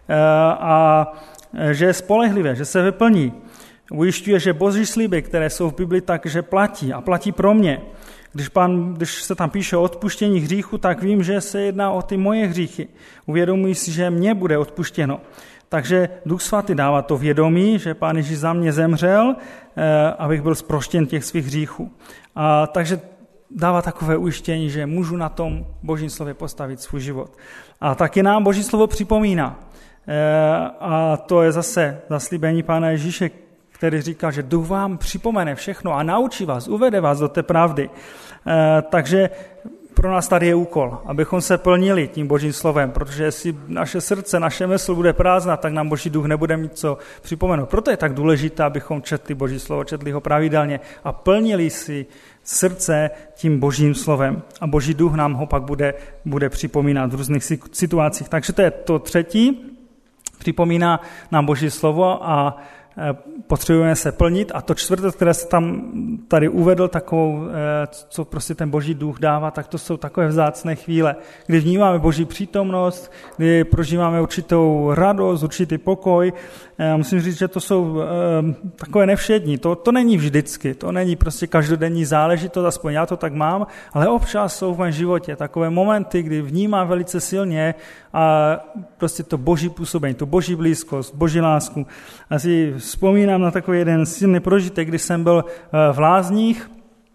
A že je spolehlivé, že se vyplní. Ujišťuje, že Boží sliby, které jsou v Bibli, takže platí a platí pro mě. Když, pán, když se tam píše o odpuštění hříchu, tak vím, že se jedná o ty moje hříchy. Uvědomuji si, že mně bude odpuštěno. Takže Duch Svatý dává to vědomí, že Pán Ježíš za mě zemřel, eh, abych byl zproštěn těch svých hříchů. A takže dává takové ujištění, že můžu na tom Božím slově postavit svůj život. A taky nám Boží slovo připomíná. Eh, a to je zase zaslíbení Pána Ježíše, který říká, že Duch vám připomene všechno a naučí vás, uvede vás do té pravdy. E, takže pro nás tady je úkol, abychom se plnili tím Božím slovem, protože jestli naše srdce, naše mysl bude prázdná, tak nám Boží duch nebude mít co připomenout. Proto je tak důležité, abychom četli Boží slovo, četli ho pravidelně a plnili si srdce tím Božím slovem. A Boží duch nám ho pak bude, bude připomínat v různých situacích. Takže to je to třetí, připomíná nám Boží slovo a potřebujeme se plnit. A to čtvrté, které se tam tady uvedl, takovou, co prostě ten Boží duch dává, tak to jsou takové vzácné chvíle, kdy vnímáme Boží přítomnost, kdy prožíváme určitou radost, určitý pokoj. Já musím říct, že to jsou takové nevšední. To, to není vždycky, to není prostě každodenní záležitost, aspoň já to tak mám, ale občas jsou v mém životě takové momenty, kdy vnímám velice silně a prostě to Boží působení, tu Boží blízkost, Boží lásku. Asi vzpomínám na takový jeden silný prožitek, když jsem byl v Lázních,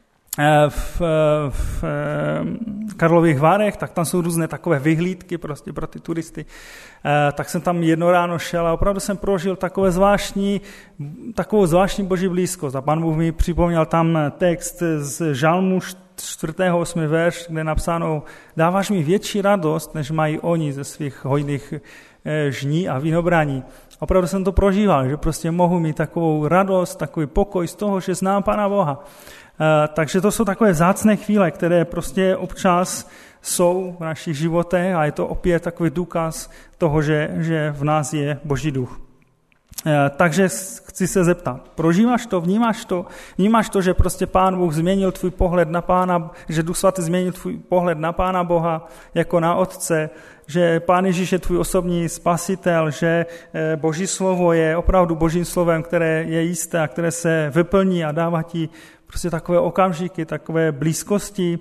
v, v Karlových Varech, tak tam jsou různé takové vyhlídky prostě pro ty turisty. Tak jsem tam jedno ráno šel a opravdu jsem prožil takové zvláštní, takovou zvláštní Boží blízkost. A Pán Bůh mi připomněl tam text z Žalmu čtvrtého osmý verš, kde je napsáno: dáváš mi větší radost, než mají oni ze svých hojných žní a vinobraní. Opravdu jsem to prožíval, že prostě mohu mít takovou radost, takový pokoj z toho, že znám Pána Boha. Takže to jsou takové vzácné chvíle, které prostě občas jsou v našich životech a je to opět takový důkaz toho, že, že v nás je Boží duch. Takže chci se zeptat, prožíváš to, vnímáš to, vnímáš to, že prostě Pán Bůh změnil tvůj pohled na Pána, že Duch Svatý změnil tvůj pohled na Pána Boha jako na Otce, že Pán Ježíš je tvůj osobní spasitel, že Boží slovo je opravdu Božím slovem, které je jisté a které se vyplní a dává ti prostě takové okamžiky, takové blízkosti.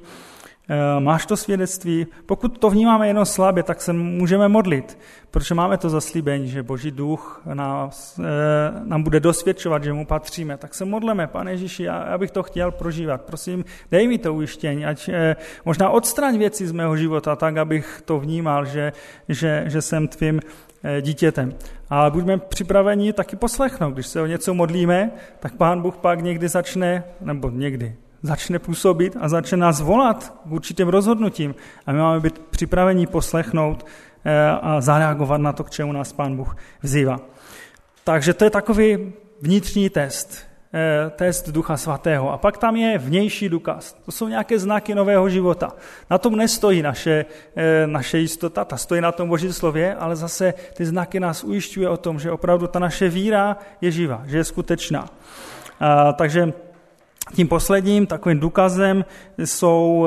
Máš to svědectví? Pokud to vnímáme jenom slabě, tak se můžeme modlit, protože máme to zaslíbení, že Boží duch nás, nám bude dosvědčovat, že mu patříme. Tak se modleme, Pane Ježíši, já, já bych to chtěl prožívat. Prosím, dej mi to ujištění, ať možná odstraň věci z mého života tak, abych to vnímal, že, že, že jsem tvým dítětem. A buďme připraveni taky poslechnout. Když se o něco modlíme, tak Pán Bůh pak někdy začne, nebo někdy, začne působit a začne nás volat k určitým rozhodnutím. A my máme být připraveni poslechnout a zareagovat na to, k čemu nás Pán Bůh vzývá. Takže to je takový vnitřní test, test Ducha Svatého. A pak tam je vnější důkaz. To jsou nějaké znaky nového života. Na tom nestojí naše, naše jistota, ta stojí na tom Boží slově, ale zase ty znaky nás ujišťují o tom, že opravdu ta naše víra je živá, že je skutečná. A, takže tím posledním takovým důkazem jsou,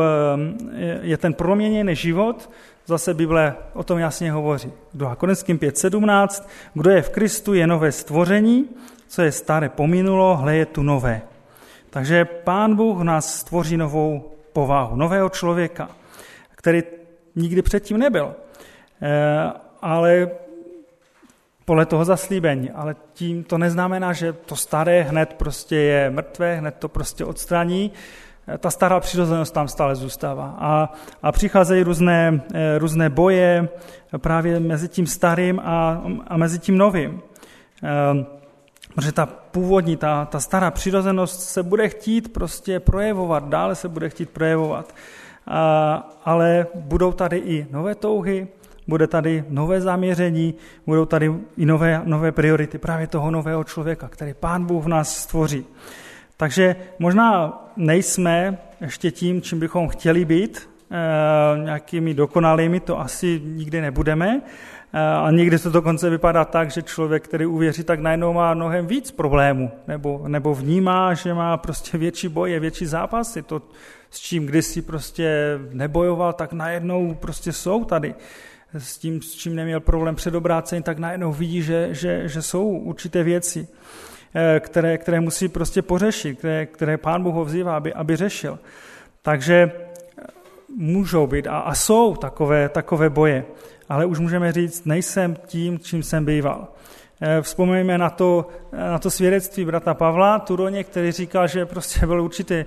je ten proměněný život. Zase Bible o tom jasně hovoří. druhá Korinským pět sedmnáct. Kdo je v Kristu, je nové stvoření, co je staré pominulo, hle je tu nové. Takže Pán Bůh nás stvoří novou povahu, nového člověka, který nikdy předtím nebyl. E, ale podle toho zaslíbení. Ale tím to neznamená, že to staré hned prostě je mrtvé, hned to prostě odstraní. Ta stará přirozenost tam stále zůstává. A, a přicházejí různé, různé boje právě mezi tím starým a, a mezi tím novým. E, protože ta původní, ta, ta stará přirozenost se bude chtít prostě projevovat, dále se bude chtít projevovat. A, ale budou tady i nové touhy, bude tady nové zaměření, budou tady i nové, nové priority právě toho nového člověka, který Pán Bůh v nás stvoří. Takže možná nejsme ještě tím, čím bychom chtěli být, e, nějakými dokonalými, to asi nikdy nebudeme. E, a někdy to dokonce vypadá tak, že člověk, který uvěří, tak najednou má mnohem víc problémů, nebo, nebo vnímá, že má prostě větší boje, větší zápasy. To, s čím kdysi prostě nebojoval, tak najednou prostě jsou tady. S tím, s čím neměl problém před obrácením, tak najednou vidí, že, že, že jsou určité věci, které, které musí prostě pořešit, které, které Pán Bůh ho vzývá, aby, aby řešil. Takže můžou být a, a jsou takové, takové boje, ale už můžeme říct, nejsem tím, čím jsem býval. Vzpomeňme na to, na to svědectví brata Pavla Turoně, který říkal, že prostě byl určitý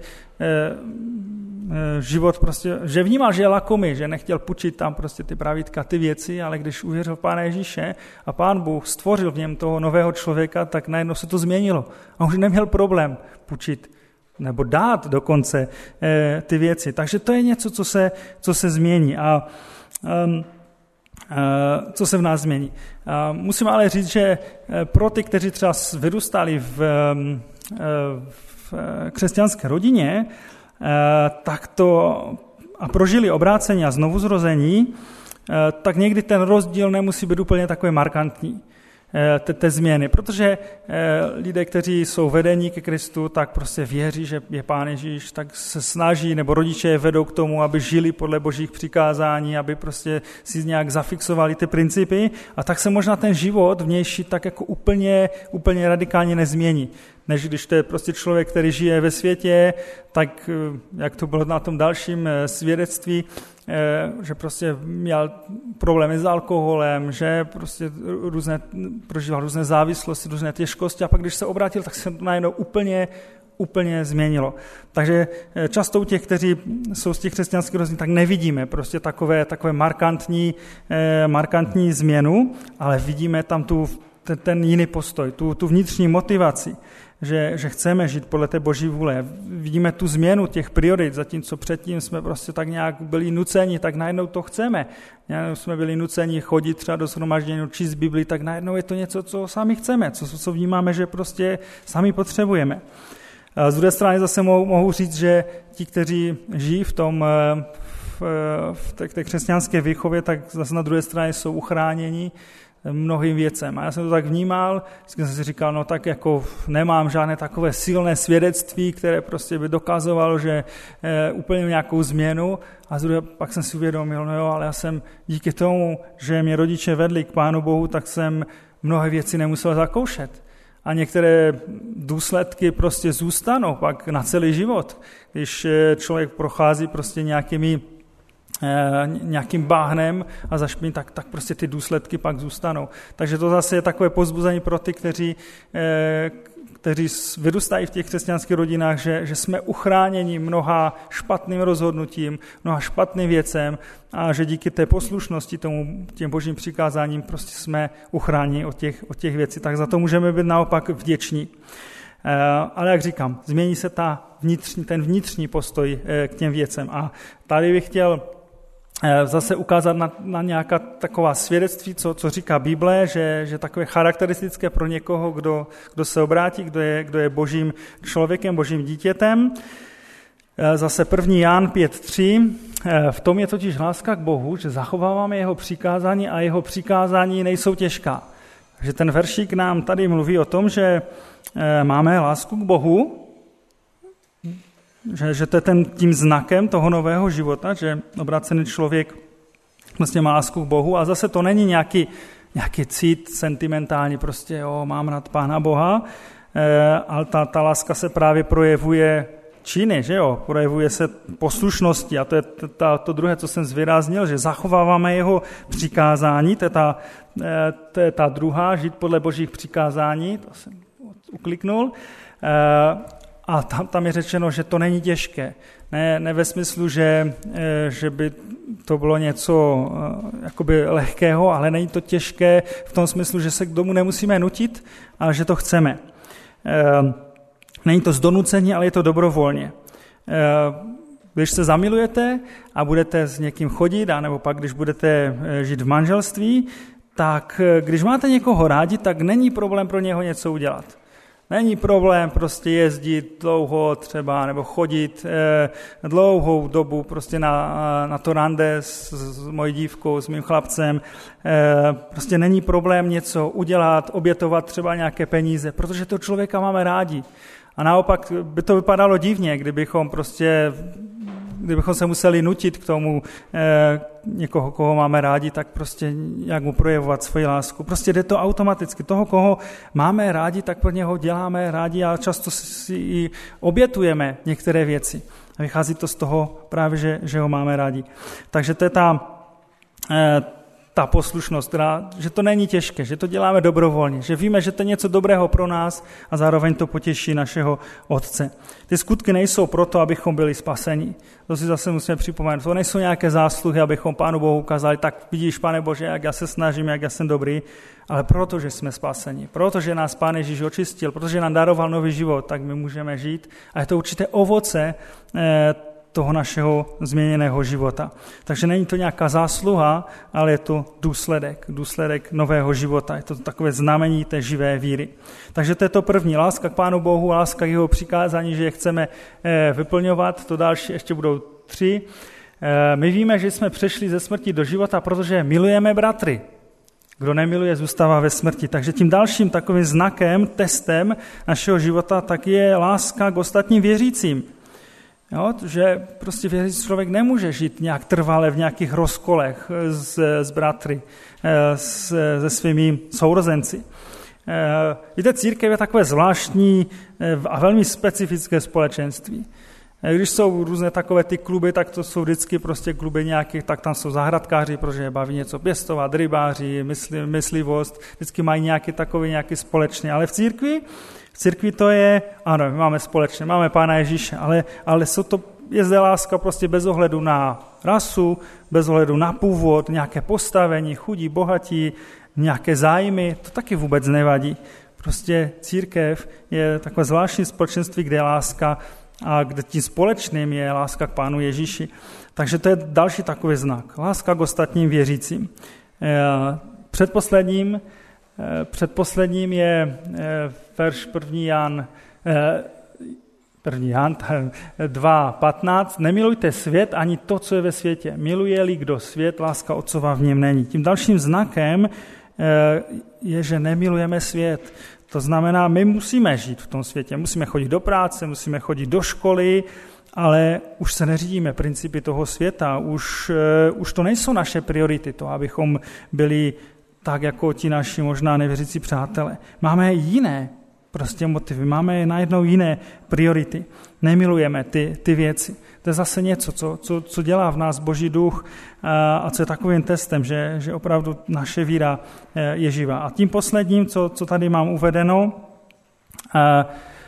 život, prostě, že vnímal, že je lakomý, že nechtěl pučit tam prostě ty pravítka, ty věci, ale když uvěřil v Pána Ježíše a Pán Bůh stvořil v něm toho nového člověka, tak najednou se to změnilo. A už neměl problém pučit nebo dát dokonce eh, ty věci. Takže to je něco, co se, co se změní a um, uh, co se v nás změní. Uh, musím ale říct, že pro ty, kteří třeba vyrůstali v, um, v křesťanské rodině, tak to a prožili obrácení a znovuzrození, tak někdy ten rozdíl nemusí být úplně takový markantní, té, té změny, protože lidé, kteří jsou vedení ke Kristu, tak prostě věří, že je Pán Ježíš, tak se snaží, nebo rodiče je vedou k tomu, aby žili podle Božích přikázání, aby prostě si nějak zafixovali ty principy a tak se možná ten život vnější tak jako úplně, úplně radikálně nezmění. Než když to je prostě člověk, který žije ve světě, tak jak to bylo na tom dalším svědectví, že prostě měl problémy s alkoholem, že prostě různé, prožíval různé závislosti, různé těžkosti a pak když se obrátil, tak se to najednou úplně, úplně změnilo. Takže často u těch, kteří jsou z těch křesťanských rodin, tak nevidíme prostě takové, takové markantní, markantní změnu, ale vidíme tam tu, ten, ten jiný postoj, tu, tu vnitřní motivaci. Že, že chceme žít podle té Boží vůle. Vidíme tu změnu těch priorit, zatímco předtím jsme prostě tak nějak byli nuceni, tak najednou to chceme. Najednou jsme byli nuceni chodit třeba do shromaždění, číst Bibli, tak najednou je to něco, co sami chceme, co, co vnímáme, že prostě sami potřebujeme. A z druhé strany zase mohu, mohu říct, že ti, kteří žijí v tom v, v té, té křesťanské výchově, tak zase na druhé straně jsou uchráněni mnohým věcem. A já jsem to tak vnímal, jsem si říkal, no tak jako nemám žádné takové silné svědectví, které prostě by dokazovalo, že e, úplně nějakou změnu. A z druhé, pak jsem si uvědomil, no jo, ale já jsem díky tomu, že mě rodiče vedli k Pánu Bohu, tak jsem mnohé věci nemusel zakoušet. A některé důsledky prostě zůstanou pak na celý život. Když člověk prochází prostě nějakými nějakým báhnem a zašpiní, tak, tak prostě ty důsledky pak zůstanou. Takže to zase je takové povzbuzení pro ty, kteří, kteří vyrůstají v těch křesťanských rodinách, že, že jsme uchráněni mnoha špatným rozhodnutím, mnoha špatným věcem a že díky té poslušnosti tomu, těm božím přikázáním prostě jsme uchráněni od těch, od těch věcí. Tak za to můžeme být naopak vděční. Ale jak říkám, změní se ta vnitřní, ten vnitřní postoj k těm věcem. A tady bych chtěl zase ukázat na, na nějaká taková svědectví, co, co říká Bible, že, že takové charakteristické pro někoho, kdo, kdo se obrátí, kdo je, kdo je božím člověkem, božím dítětem. Zase první Jan pět tři, v tom je totiž láska k Bohu, že zachováváme jeho přikázání a jeho přikázání nejsou těžká. Takže ten veršík nám tady mluví o tom, že máme lásku k Bohu, že, že to je ten, tím znakem toho nového života, že obrácený člověk vlastně má lásku k Bohu a zase to není nějaký, nějaký cít sentimentální, prostě jo, mám rád Pána Boha, ale ta, ta láska se právě projevuje činy, že jo, projevuje se poslušnosti a to je ta, to druhé, co jsem zvýraznil, že zachováváme jeho přikázání, to je ta, to je ta druhá, žít podle božích přikázání, to jsem ukliknul, a tam, tam je řečeno, že to není těžké, ne, ne ve smyslu, že, že by to bylo něco jakoby lehkého, ale není to těžké v tom smyslu, že se k tomu nemusíme nutit, ale že to chceme. Není to z donucení, ale je to dobrovolně. Když se zamilujete a budete s někým chodit, anebo pak, když budete žít v manželství, tak když máte někoho rádi, tak není problém pro něho něco udělat. Není problém prostě jezdit dlouho třeba, nebo chodit eh, dlouhou dobu prostě na, na to rande s, s mojí dívkou, s mým chlapcem. Eh, prostě není problém něco udělat, obětovat třeba nějaké peníze, protože to člověka máme rádi. A naopak by to vypadalo divně, kdybychom prostě, kdybychom se museli nutit k tomu eh, někoho, koho máme rádi, tak prostě jak mu projevovat svoji lásku. Prostě jde to automaticky. Toho, koho máme rádi, tak pro něho děláme rádi a často si i obětujeme některé věci. A vychází to z toho právě, že, že ho máme rádi. Takže to je ta... Eh, ta poslušnost, teda, že to není těžké, že to děláme dobrovolně, že víme, že to je něco dobrého pro nás a zároveň to potěší našeho Otce. Ty skutky nejsou proto, abychom byli spaseni. To si zase musíme připomenout. To nejsou nějaké zásluhy, abychom Pánu Bohu ukázali, tak vidíš, Pane Bože, jak já se snažím, jak já jsem dobrý, ale proto, že jsme spaseni, protože nás Pán Ježíš očistil, protože nám daroval nový život, tak my můžeme žít a je to určité ovoce eh, toho našeho změněného života. Takže není to nějaká zásluha, ale je to důsledek, důsledek nového života. Je to takové znamení té živé víry. Takže to je to první, láska k Pánu Bohu, láska k jeho přikázání, že je chceme vyplňovat. To další ještě budou tři. My víme, že jsme přešli ze smrti do života, protože milujeme bratry. Kdo nemiluje, zůstává ve smrti. Takže tím dalším takovým znakem, testem našeho života, tak je láska k ostatním věřícím. Jo, že prostě věřící člověk nemůže žít nějak trvale v nějakých rozkolech s, s bratry, s, se svými sourozenci. Víte, církev je takové zvláštní a velmi specifické společenství. Když jsou různé takové ty kluby, tak to jsou vždycky prostě kluby nějakých, tak tam jsou zahradkáři, protože je baví něco pěstovat, rybáři, mysli, myslivost, vždycky mají nějaký takový nějaký společný. Ale v církvi, v církvi to je, ano, my máme společné, máme Pána Ježíše, ale, ale jsou to, je zde láska prostě bez ohledu na rasu, bez ohledu na původ, nějaké postavení, chudí, bohatí, nějaké zájmy, to taky vůbec nevadí. Prostě církev je takové zvláštní společenství, kde je láska a kde tím společným je láska k Pánu Ježíši. Takže to je další takový znak. Láska k ostatním věřícím. Předposledním, předposledním je verš první Jan, první Jan dva patnáct. Nemilujte svět ani to, co je ve světě. Miluje-li kdo svět, láska Otcova v něm není. Tím dalším znakem je, že nemilujeme svět. To znamená, my musíme žít v tom světě, musíme chodit do práce, musíme chodit do školy, ale už se neřídíme principy toho světa, už, uh, už to nejsou naše priority, to, abychom byli tak, jako ti naši možná nevěřící přátelé. Máme jiné prostě motivy, máme najednou jiné priority. Nemilujeme ty, ty věci. To je zase něco, co, co, co dělá v nás Boží duch a, a co je takovým testem, že, že opravdu naše víra je živá. A tím posledním, co, co tady mám uvedeno, a, a,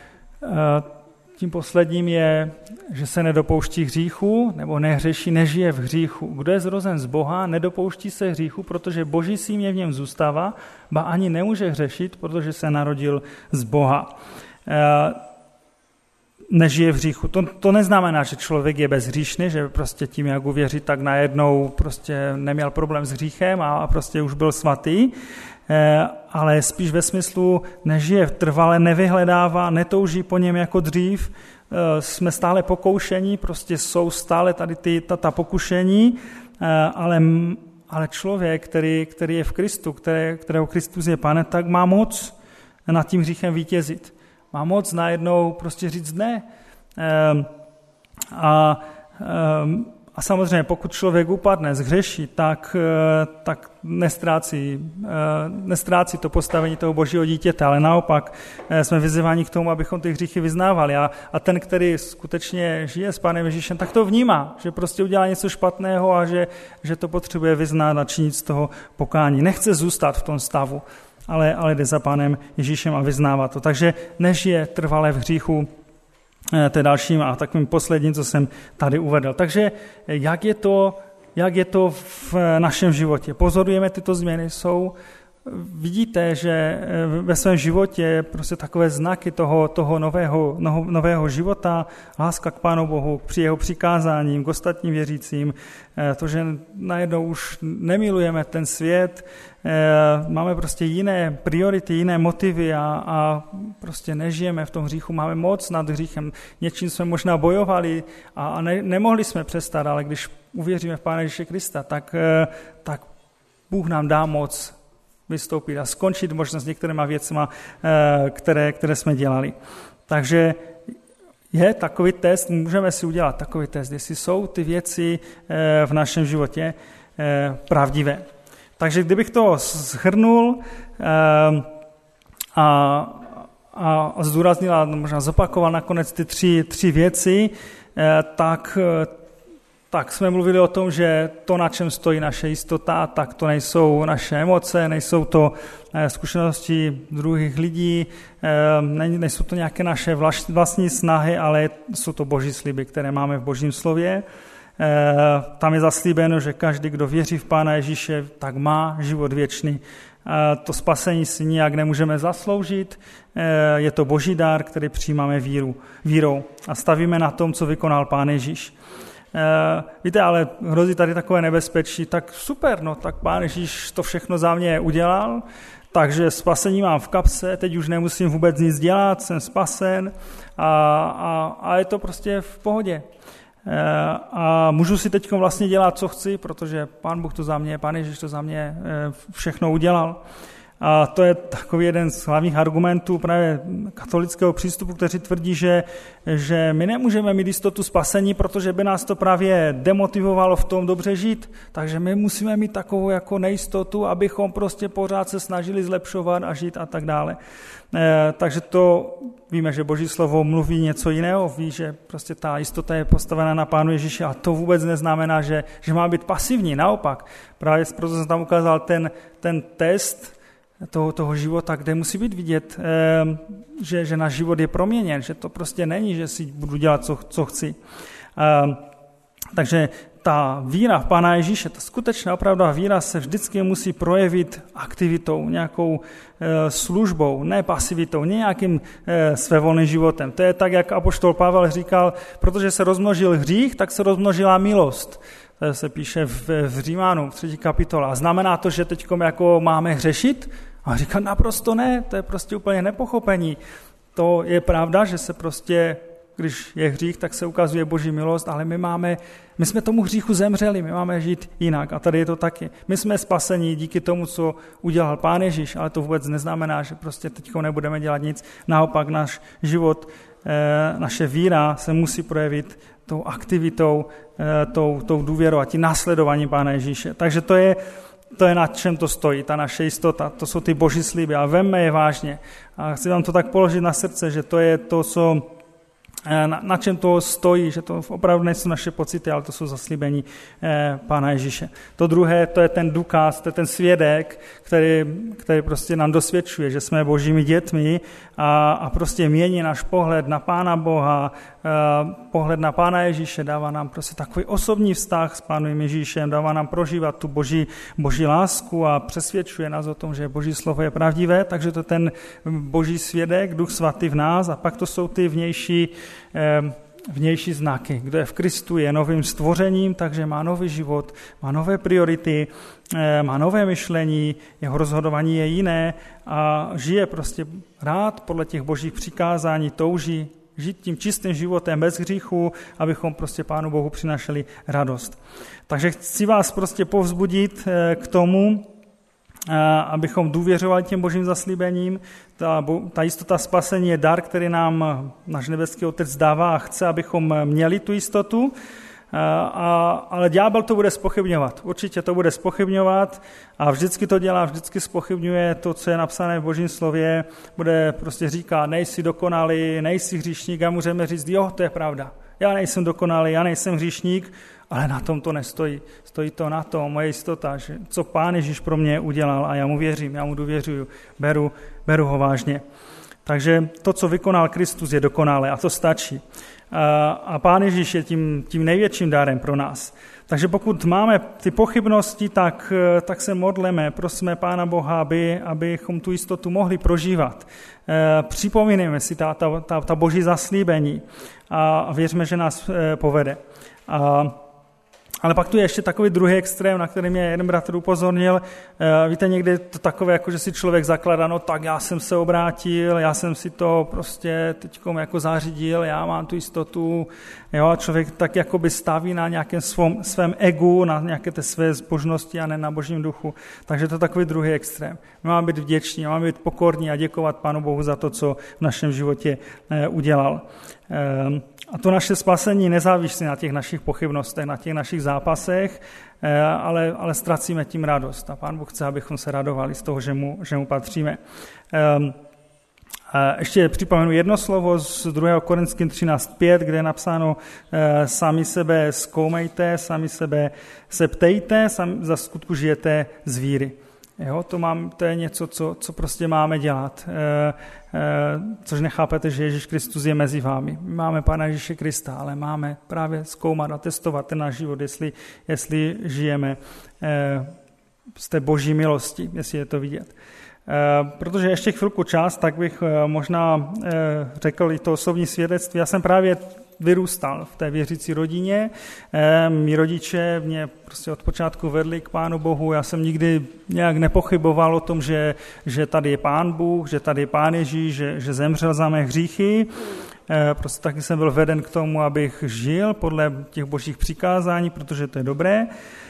tím posledním je, že se nedopouští hříchu, nebo nehřeší, nežije v hříchu. Kdo je zrozen z Boha, nedopouští se hříchu, protože Boží syn je v něm zůstává, ba ani nemůže hřešit, protože se narodil z Boha. A, nežije v hříchu. To, to neznamená, že člověk je bezhříšný, že prostě tím, jak uvěří, tak najednou prostě neměl problém s hříchem a prostě už byl svatý, ale spíš ve smyslu nežije trvale, nevyhledává, netouží po něm jako dřív, jsme stále pokoušení, prostě jsou stále tady ty, ta, ta pokušení, ale, ale člověk, který, který je v Kristu, které, kterého Kristus je Pane, tak má moc nad tím hříchem vítězit. Má moc najednou prostě říct ne. A, a samozřejmě, pokud člověk upadne, zhřeší, tak, tak nestrácí, nestrácí to postavení toho božího dítěte, ale naopak jsme vyzýváni k tomu, abychom ty hříchy vyznávali. A, a ten, který skutečně žije s Pánem Ježíšem, tak to vnímá, že prostě udělá něco špatného a že, že to potřebuje vyznát a činit z toho pokání. Nechce zůstat v tom stavu, ale, ale jde za Pánem Ježíšem a vyznává to. Takže nežije trvale v hříchu, to je dalším a takovým posledním, co jsem tady uvedl. Takže jak je to, jak je to v našem životě? Pozorujeme tyto změny, jsou, vidíte, že ve svém životě prostě takové znaky toho, toho nového, nového života, láska k Pánu Bohu, při jeho přikázáním, k ostatním věřícím, to, že najednou už nemilujeme ten svět, máme prostě jiné priority, jiné motivy a, a prostě nežijeme v tom hříchu, máme moc nad hříchem, něčím jsme možná bojovali a, a ne, nemohli jsme přestat, ale když uvěříme v Pána Ježíše Krista, tak, tak Bůh nám dá moc vystoupit a skončit možná s některýma věcma, které, které jsme dělali. Takže je takový test, můžeme si udělat takový test, jestli jsou ty věci v našem životě pravdivé. Takže kdybych to shrnul a, a zdůraznil a možná zopakoval nakonec ty tři, tři věci, tak Tak jsme mluvili o tom, že to, na čem stojí naše jistota, tak to nejsou naše emoce, nejsou to zkušenosti druhých lidí, nejsou to nějaké naše vlastní snahy, ale jsou to boží sliby, které máme v božím slově. Tam je zaslíbeno, že každý, kdo věří v Pána Ježíše, tak má život věčný. To spasení si nijak nemůžeme zasloužit, je to boží dar, který přijímáme víru, vírou a stavíme na tom, co vykonal Pán Ježíš. Uh, víte, ale hrozí tady takové nebezpečí, tak super, no tak Pán Ježíš to všechno za mě udělal, takže spasení mám v kapse, teď už nemusím vůbec nic dělat, jsem spasen a, a, a je to prostě v pohodě. Uh, a můžu si teď vlastně dělat, co chci, protože Pán Bůh to za mě, Pán Ježíš to za mě uh, všechno udělal. A to je takový jeden z hlavních argumentů právě katolického přístupu, kteří tvrdí, že, že my nemůžeme mít jistotu spasení, protože by nás to právě demotivovalo v tom dobře žít. Takže my musíme mít takovou jako nejistotu, abychom prostě pořád se snažili zlepšovat a žít a tak dále. E, takže to víme, že Boží slovo mluví něco jiného, ví, že prostě ta jistota je postavena na Pánu Ježíši a to vůbec neznamená, že, že má být pasivní, naopak. Právě proto jsem tam ukázal ten, ten test, Toho, toho života, kde musí být vidět, eh, že, že náš život je proměněn, že to prostě není, že si budu dělat, co, co chci. Eh, takže ta víra v Pána Ježíše, ta skutečná opravdová víra se vždycky musí projevit aktivitou, nějakou eh, službou, ne pasivitou, ne nějakým eh, svévolným životem. To je tak, jak apoštol Pavel říkal, protože se rozmnožil hřích, tak se rozmnožila milost. To se píše v, v Římanům, v třetí kapitole. A znamená to, že teď jako máme hřešit? A říká, naprosto ne, to je prostě úplně nepochopení. To je pravda, že se prostě, když je hřích, tak se ukazuje Boží milost, ale my máme, my jsme tomu hříchu zemřeli, my máme žít jinak. A tady je to taky. My jsme spaseni díky tomu, co udělal Pán Ježíš, ale to vůbec neznamená, že prostě teď nebudeme dělat nic. Naopak náš život, naše víra se musí projevit tou aktivitou, tou, tou důvěrou a tím následováním Pána Ježíše. Takže to je To je, na čem to stojí, ta naše jistota, to jsou ty boží sliby a vemme je vážně. A chci vám to tak položit na srdce, že to je to, co, na, na čem to stojí, že to opravdu nejsou naše pocity, ale to jsou zaslíbení eh, Pána Ježíše. To druhé, to je ten důkaz, to je ten svědek, který, který prostě nám dosvědčuje, že jsme božími dětmi a, a prostě mění náš pohled na Pána Boha, pohled na Pána Ježíše, dává nám prostě takový osobní vztah s Pánem Ježíšem, dává nám prožívat tu boží, boží lásku a přesvědčuje nás o tom, že Boží slovo je pravdivé, takže to je ten boží svědek, Duch svatý v nás a pak to jsou ty vnější vnější znaky. Kdo je v Kristu, je novým stvořením, takže má nový život, má nové priority, má nové myšlení, jeho rozhodování je jiné a žije prostě rád podle těch božích přikázání, touží žít tím čistým životem bez hříchu, abychom prostě Pánu Bohu přinášeli radost. Takže chci vás prostě povzbudit k tomu, abychom důvěřovali těm božím zaslíbením. Ta, ta jistota spasení je dar, který nám náš nebeský Otec dává a chce, abychom měli tu jistotu. A, ale ďábel to bude zpochybňovat. Určitě to bude zpochybňovat a vždycky to dělá, vždycky zpochybňuje to, co je napsané v Božím slově. Bude prostě říkat, nejsi dokonalý, nejsi hříšník a můžeme říct, jo, to je pravda. Já nejsem dokonalý, já nejsem hříšník, ale na tom to nestojí. Stojí to na tom, moje jistota, že co Pán Ježíš pro mě udělal a já mu věřím, já mu důvěřuju, beru, beru ho vážně. Takže to, co vykonal Kristus, je dokonalé a to stačí. A, a Pán Ježíš je tím, tím největším dárem pro nás. Takže pokud máme ty pochybnosti, tak, tak se modleme, prosíme Pána Boha, aby, abychom tu jistotu mohli prožívat. E, připomínáme si ta, ta, ta, ta boží zaslíbení a věřme, že nás e, povede. A, ale pak tu je ještě takový druhý extrém, na který mě jeden bratr upozornil. E, víte, někdy to takové, jako že si člověk zakládá, no tak já jsem se obrátil, já jsem si to prostě teďkom jako zařídil, já mám tu jistotu. Jo, a člověk tak jakoby staví na nějakém svém, svém egu, na nějaké té své zbožnosti a ne na božím duchu. Takže to je takový druhý extrém. My máme být vděční, máme být pokorní a děkovat Pánu Bohu za to, co v našem životě e, udělal. E, A to naše spasení nezávisí na těch našich pochybnostech, na těch našich zápasech, ale, ale ztracíme tím radost. A Pán Bůh chce, abychom se radovali z toho, že mu, že mu patříme. Ještě připomenu jedno slovo z druhého Korinským třináct pět, kde je napsáno sami sebe zkoumejte, sami sebe se ptejte, sami za skutku žijete z víry. Jo, to, mám, to je něco, co, co prostě máme dělat. E, e, což nechápete, že Ježíš Kristus je mezi vámi. My máme Pána Ježíše Krista, ale máme právě zkoumat a testovat ten náš život, jestli, jestli žijeme e, z té boží milosti, jestli je to vidět. E, protože ještě chvilku čas, tak bych e, možná e, řekl i to osobní svědectví. Já jsem právě vyrůstal v té věřící rodině. E, mí rodiče mě prostě od počátku vedli k Pánu Bohu. Já jsem nikdy nějak nepochyboval o tom, že, že tady je Pán Bůh, že tady je Pán Ježíš, že, že zemřel za mé hříchy. E, prostě taky jsem byl veden k tomu, abych žil podle těch božích přikázání, protože to je dobré.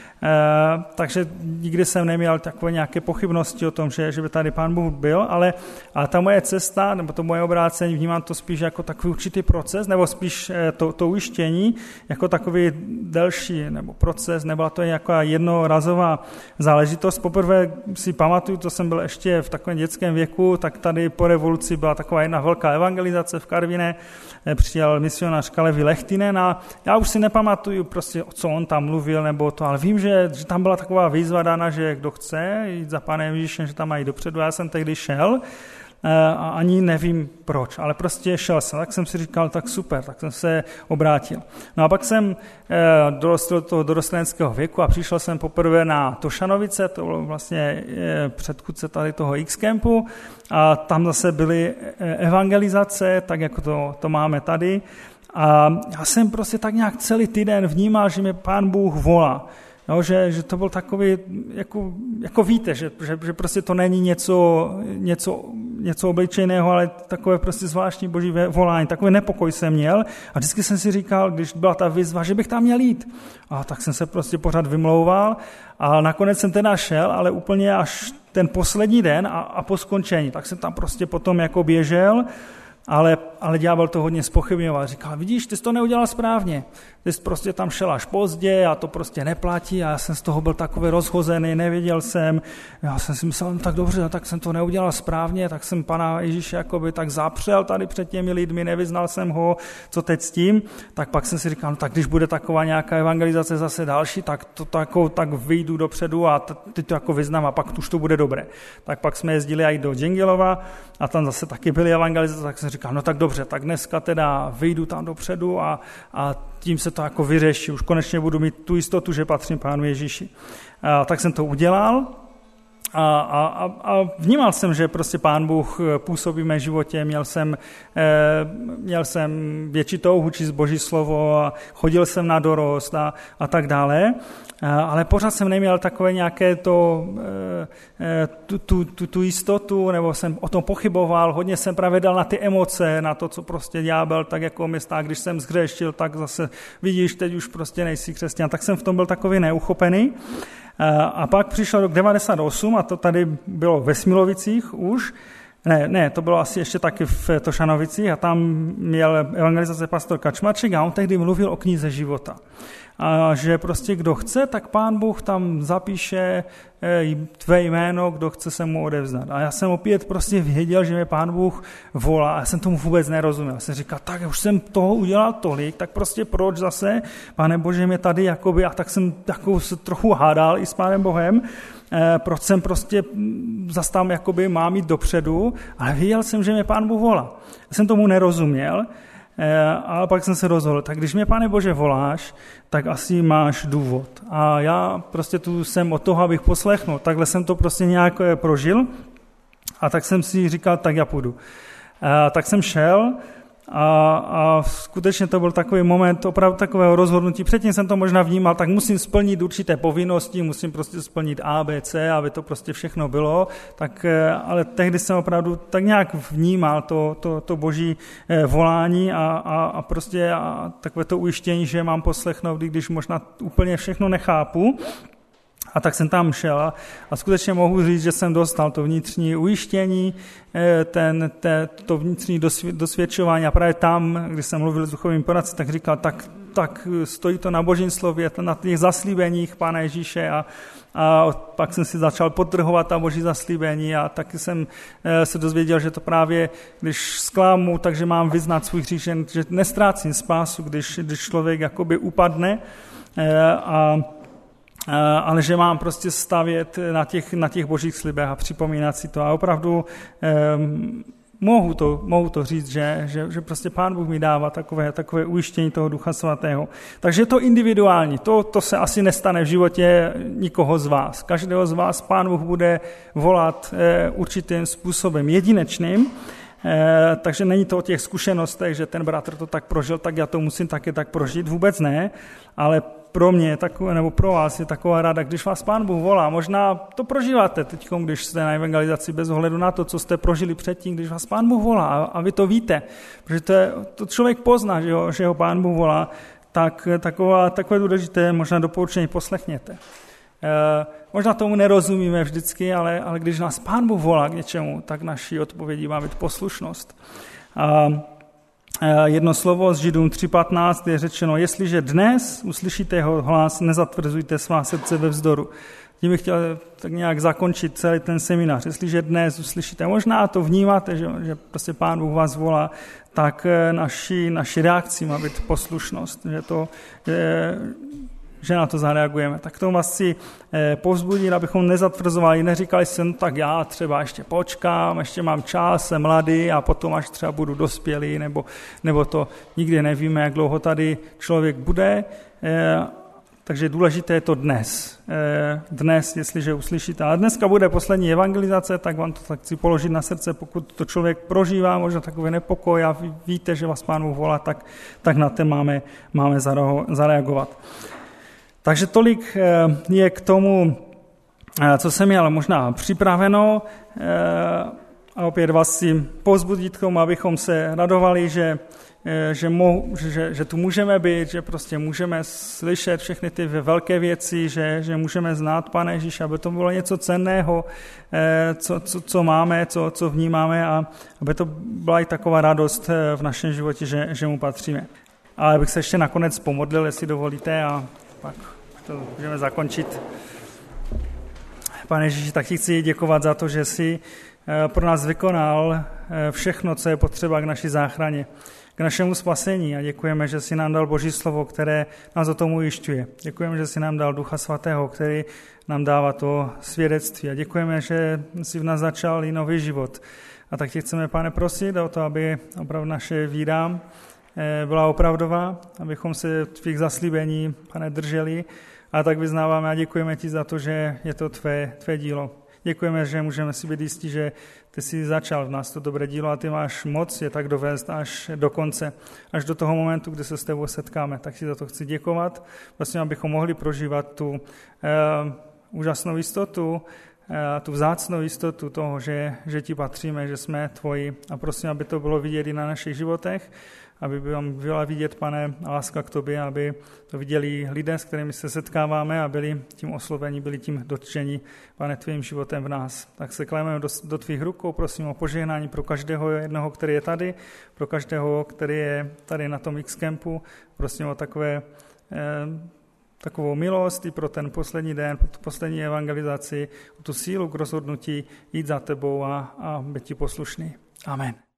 Uh, takže nikdy jsem neměl takové nějaké pochybnosti o tom, že, že by tady Pán Bůh byl, ale, ale ta moje cesta, nebo to moje obrácení, vnímám to spíš jako takový určitý proces, nebo spíš to, to ujištění, jako takový delší nebo proces, nebyla to nějaká jednorazová záležitost. Poprvé si pamatuju, to jsem byl ještě v takovém dětském věku, tak tady po revoluci byla taková jedna velká evangelizace v Karviné, přijel misionář Kalevi Lehtinen a já už si nepamatuju prostě, co on tam mluvil, nebo to, ale vím, že že tam byla taková výzva dána, že kdo chce jít za Pánem Ježíšem, že tam mají dopředu. Já jsem tehdy šel a ani nevím proč, ale prostě šel jsem. Tak jsem si říkal, tak super, tak jsem se obrátil. No a pak jsem dorostl do toho dorostlenského věku a přišel jsem poprvé na Tošanovice, to bylo vlastně předchůdce tady toho X-Campu a tam zase byly evangelizace, tak jako to, to máme tady. A já jsem prostě tak nějak celý týden vnímal, že mě Pán Bůh volá. No, že, že to byl takový, jako, jako víte, že, že, že prostě to není něco, něco, něco obyčejného, ale takové prostě zvláštní boží volání, takový nepokoj jsem měl a vždycky jsem si říkal, když byla ta výzva, že bych tam měl jít. A tak jsem se prostě pořád vymlouval a nakonec jsem teda šel, ale úplně až ten poslední den a, a po skončení, tak jsem tam prostě potom jako běžel, ale, ale ďábel to hodně zpochybňoval. Říkal, vidíš, ty jsi to neudělal správně. Ty jsi prostě tam šel až pozdě a to prostě neplatí a já jsem z toho byl takový rozhozený, nevěděl jsem. Já jsem si myslel, no tak dobře, no, tak jsem to neudělal správně, tak jsem Pana Ježíše jakoby tak zapřel tady před těmi lidmi, nevyznal jsem ho, co teď s tím. Tak pak jsem si říkal, no tak když bude taková nějaká evangelizace zase další, tak to tako, tak vyjdu dopředu a teď to jako vyznám a pak už to bude dobré. Tak pak jsme jezdili i do Děngilova a tam zase taky byly evangelizace, tak jsem říkal, no tak dobře, tak dneska teda vyjdu tam dopředu a, a tím se to jako vyřeší. Už konečně budu mít tu jistotu, že patřím Pánu Ježíši. A tak jsem to udělal A, a, a vnímal jsem, že prostě Pán Bůh působí v mém životě, měl jsem, měl jsem větší touhu číst Boží slovo a chodil jsem na dorost a, a tak dále, ale pořád jsem neměl takové nějaké to, tu, tu, tu, tu jistotu, nebo jsem o tom pochyboval, hodně jsem právě dal na ty emoce, na to, co prostě ďábel, tak jako městá, když jsem zhřeštil, tak zase vidíš, teď už prostě nejsi křesťan, tak jsem v tom byl takový neuchopený. A pak přišel rok devadesát osm a to tady bylo ve Smilovicích už. Ne, ne, to bylo asi ještě taky v Tošanovicích a tam měl evangelizace pastor Kačmarček a on tehdy mluvil o knize života. A že prostě kdo chce, tak Pán Bůh tam zapíše tvé jméno, kdo chce se mu odevzdat. A já jsem opět prostě věděl, že mě Pán Bůh volá a já jsem tomu vůbec nerozuměl. Já jsem říkal, tak už jsem toho udělal tolik, tak prostě proč zase, Pane Bože, mě tady jakoby, a tak jsem jako se trochu hádal i s Pánem Bohem, proč jsem prostě zase tam jakoby mám jít dopředu, ale věděl jsem, že mě Pán Bůh volá. Já jsem tomu nerozuměl, ale pak jsem se rozhodl, tak když mě, Pane Bože, voláš, tak asi máš důvod. A já prostě tu jsem od toho, abych poslechnul. Takhle jsem to prostě nějak prožil a tak jsem si říkal, tak já půjdu. A tak jsem šel a, a skutečně to byl takový moment opravdu takového rozhodnutí. Předtím jsem to možná vnímal, tak musím splnit určité povinnosti, musím prostě splnit A, B, C, aby to prostě všechno bylo. Tak, ale tehdy jsem opravdu tak nějak vnímal to, to, to boží volání a, a, a prostě a takové to ujištění, že mám poslechnout, když možná úplně všechno nechápu. A tak jsem tam šel a, a skutečně mohu říct, že jsem dostal to vnitřní ujištění, ten, te, to vnitřní dosvědčování a právě tam, když jsem mluvil s duchovním poradcem, tak říkal, tak, tak stojí to na Božím slově, na těch zaslíbeních Pána Ježíše a, a pak jsem si začal podtrhovat ta Boží zaslíbení a taky jsem se dozvěděl, že to právě, když zklamu, takže mám vyznat svůj hřích, že nestrácím spásu, když, když člověk jakoby upadne a ale že mám prostě stavět na těch, na těch božích slibech a připomínat si to. A opravdu eh, mohu, to, mohu to říct, že, že, že prostě Pán Bůh mi dává takové, takové ujištění toho Ducha Svatého. Takže je to individuální. To, to se asi nestane v životě nikoho z vás. Každého z vás Pán Bůh bude volat eh, určitým způsobem jedinečným. Eh, takže není to o těch zkušenostech, že ten bratr to tak prožil, tak já to musím také tak prožít. Vůbec ne, ale pro mě, takové, nebo pro vás je taková rada, když vás Pán Bůh volá, možná to prožíváte teď, když jste na evangelizaci bez ohledu na to, co jste prožili předtím, když vás Pán Bůh volá a, a vy to víte, protože to, je, to člověk pozná, že ho, že ho Pán Bůh volá, tak taková, takové důležité možná doporučení poslechněte. E, možná tomu nerozumíme vždycky, ale, ale když nás Pán Bůh volá k něčemu, tak naší odpovědí má být poslušnost. A jedno slovo z Židům tři patnáct je řečeno, jestliže dnes uslyšíte jeho hlas, nezatvrzujte svá srdce ve vzdoru. Tím bych chtěl tak nějak zakončit celý ten seminář. Jestliže dnes uslyšíte, možná to vnímáte, že, že prostě Pán Bůh vás volá, tak naši, naši reakcí má být poslušnost, že, to, že, že na to zareagujeme. Tak to vás chci povzbudit, abychom nezatvrzovali, neříkali si, no tak já třeba ještě počkám, ještě mám čas, jsem mladý a potom až třeba budu dospělý, nebo, nebo to nikdy nevíme, jak dlouho tady člověk bude. Takže důležité je to dnes. Dnes, jestliže uslyšíte. A dneska bude poslední evangelizace, tak vám to tak chci položit na srdce, pokud to člověk prožívá, možná takový nepokoj a víte, že vás Pán Bůh volá, tak, tak na to máme, máme zareagovat. Takže tolik je k tomu, co jsem měl možná připraveno a opět vás chci povzbudit k tomu, abychom se radovali, že, že, mohu, že, že tu můžeme být, že prostě můžeme slyšet všechny ty velké věci, že, že můžeme znát Pána Ježíše, aby to bylo něco cenného, co, co, co máme, co, co vnímáme a aby to byla i taková radost v našem životě, že, že mu patříme. Ale bych se ještě nakonec pomodlil, jestli dovolíte, a pak to můžeme zakončit. Pane Ježíši, tak ti chci děkovat za to, že jsi pro nás vykonal všechno, co je potřeba k naší záchraně, k našemu spasení. A děkujeme, že jsi nám dal Boží slovo, které nás o tom ujišťuje. Děkujeme, že jsi nám dal Ducha Svatého, který nám dává to svědectví. A děkujeme, že jsi v nás začal i nový život. A tak tě chceme, Pane, prosit o to, aby opravdu naše víra byla opravdová, abychom se tvých zaslíbení, Pane, drželi. A tak vyznáváme a děkujeme ti za to, že je to tvé, tvé dílo. Děkujeme, že můžeme si být jistí, že ty jsi začal v nás to dobré dílo a ty máš moc je tak dovést až do konce, až do toho momentu, kdy se s tebou setkáme. Tak si za to chci děkovat. Vlastně, abychom mohli prožívat tu eh, úžasnou jistotu, eh, tu vzácnou jistotu toho, že, že ti patříme, že jsme tvoji. A prosím, aby to bylo vidět i na našich životech, aby byla vidět, Pane, láska k tobě, aby to viděli lidé, s kterými se setkáváme a byli tím osloveni, byli tím dotčeni, Pane, tvým životem v nás. Tak se klámeme do, do tvých rukou, prosím o požehnání pro každého jednoho, který je tady, pro každého, který je tady na tom X-Campu, prosím o takové, eh, takovou milost i pro ten poslední den, pro tu poslední evangelizaci, o tu sílu k rozhodnutí jít za tebou a, a být ti poslušný. Amen.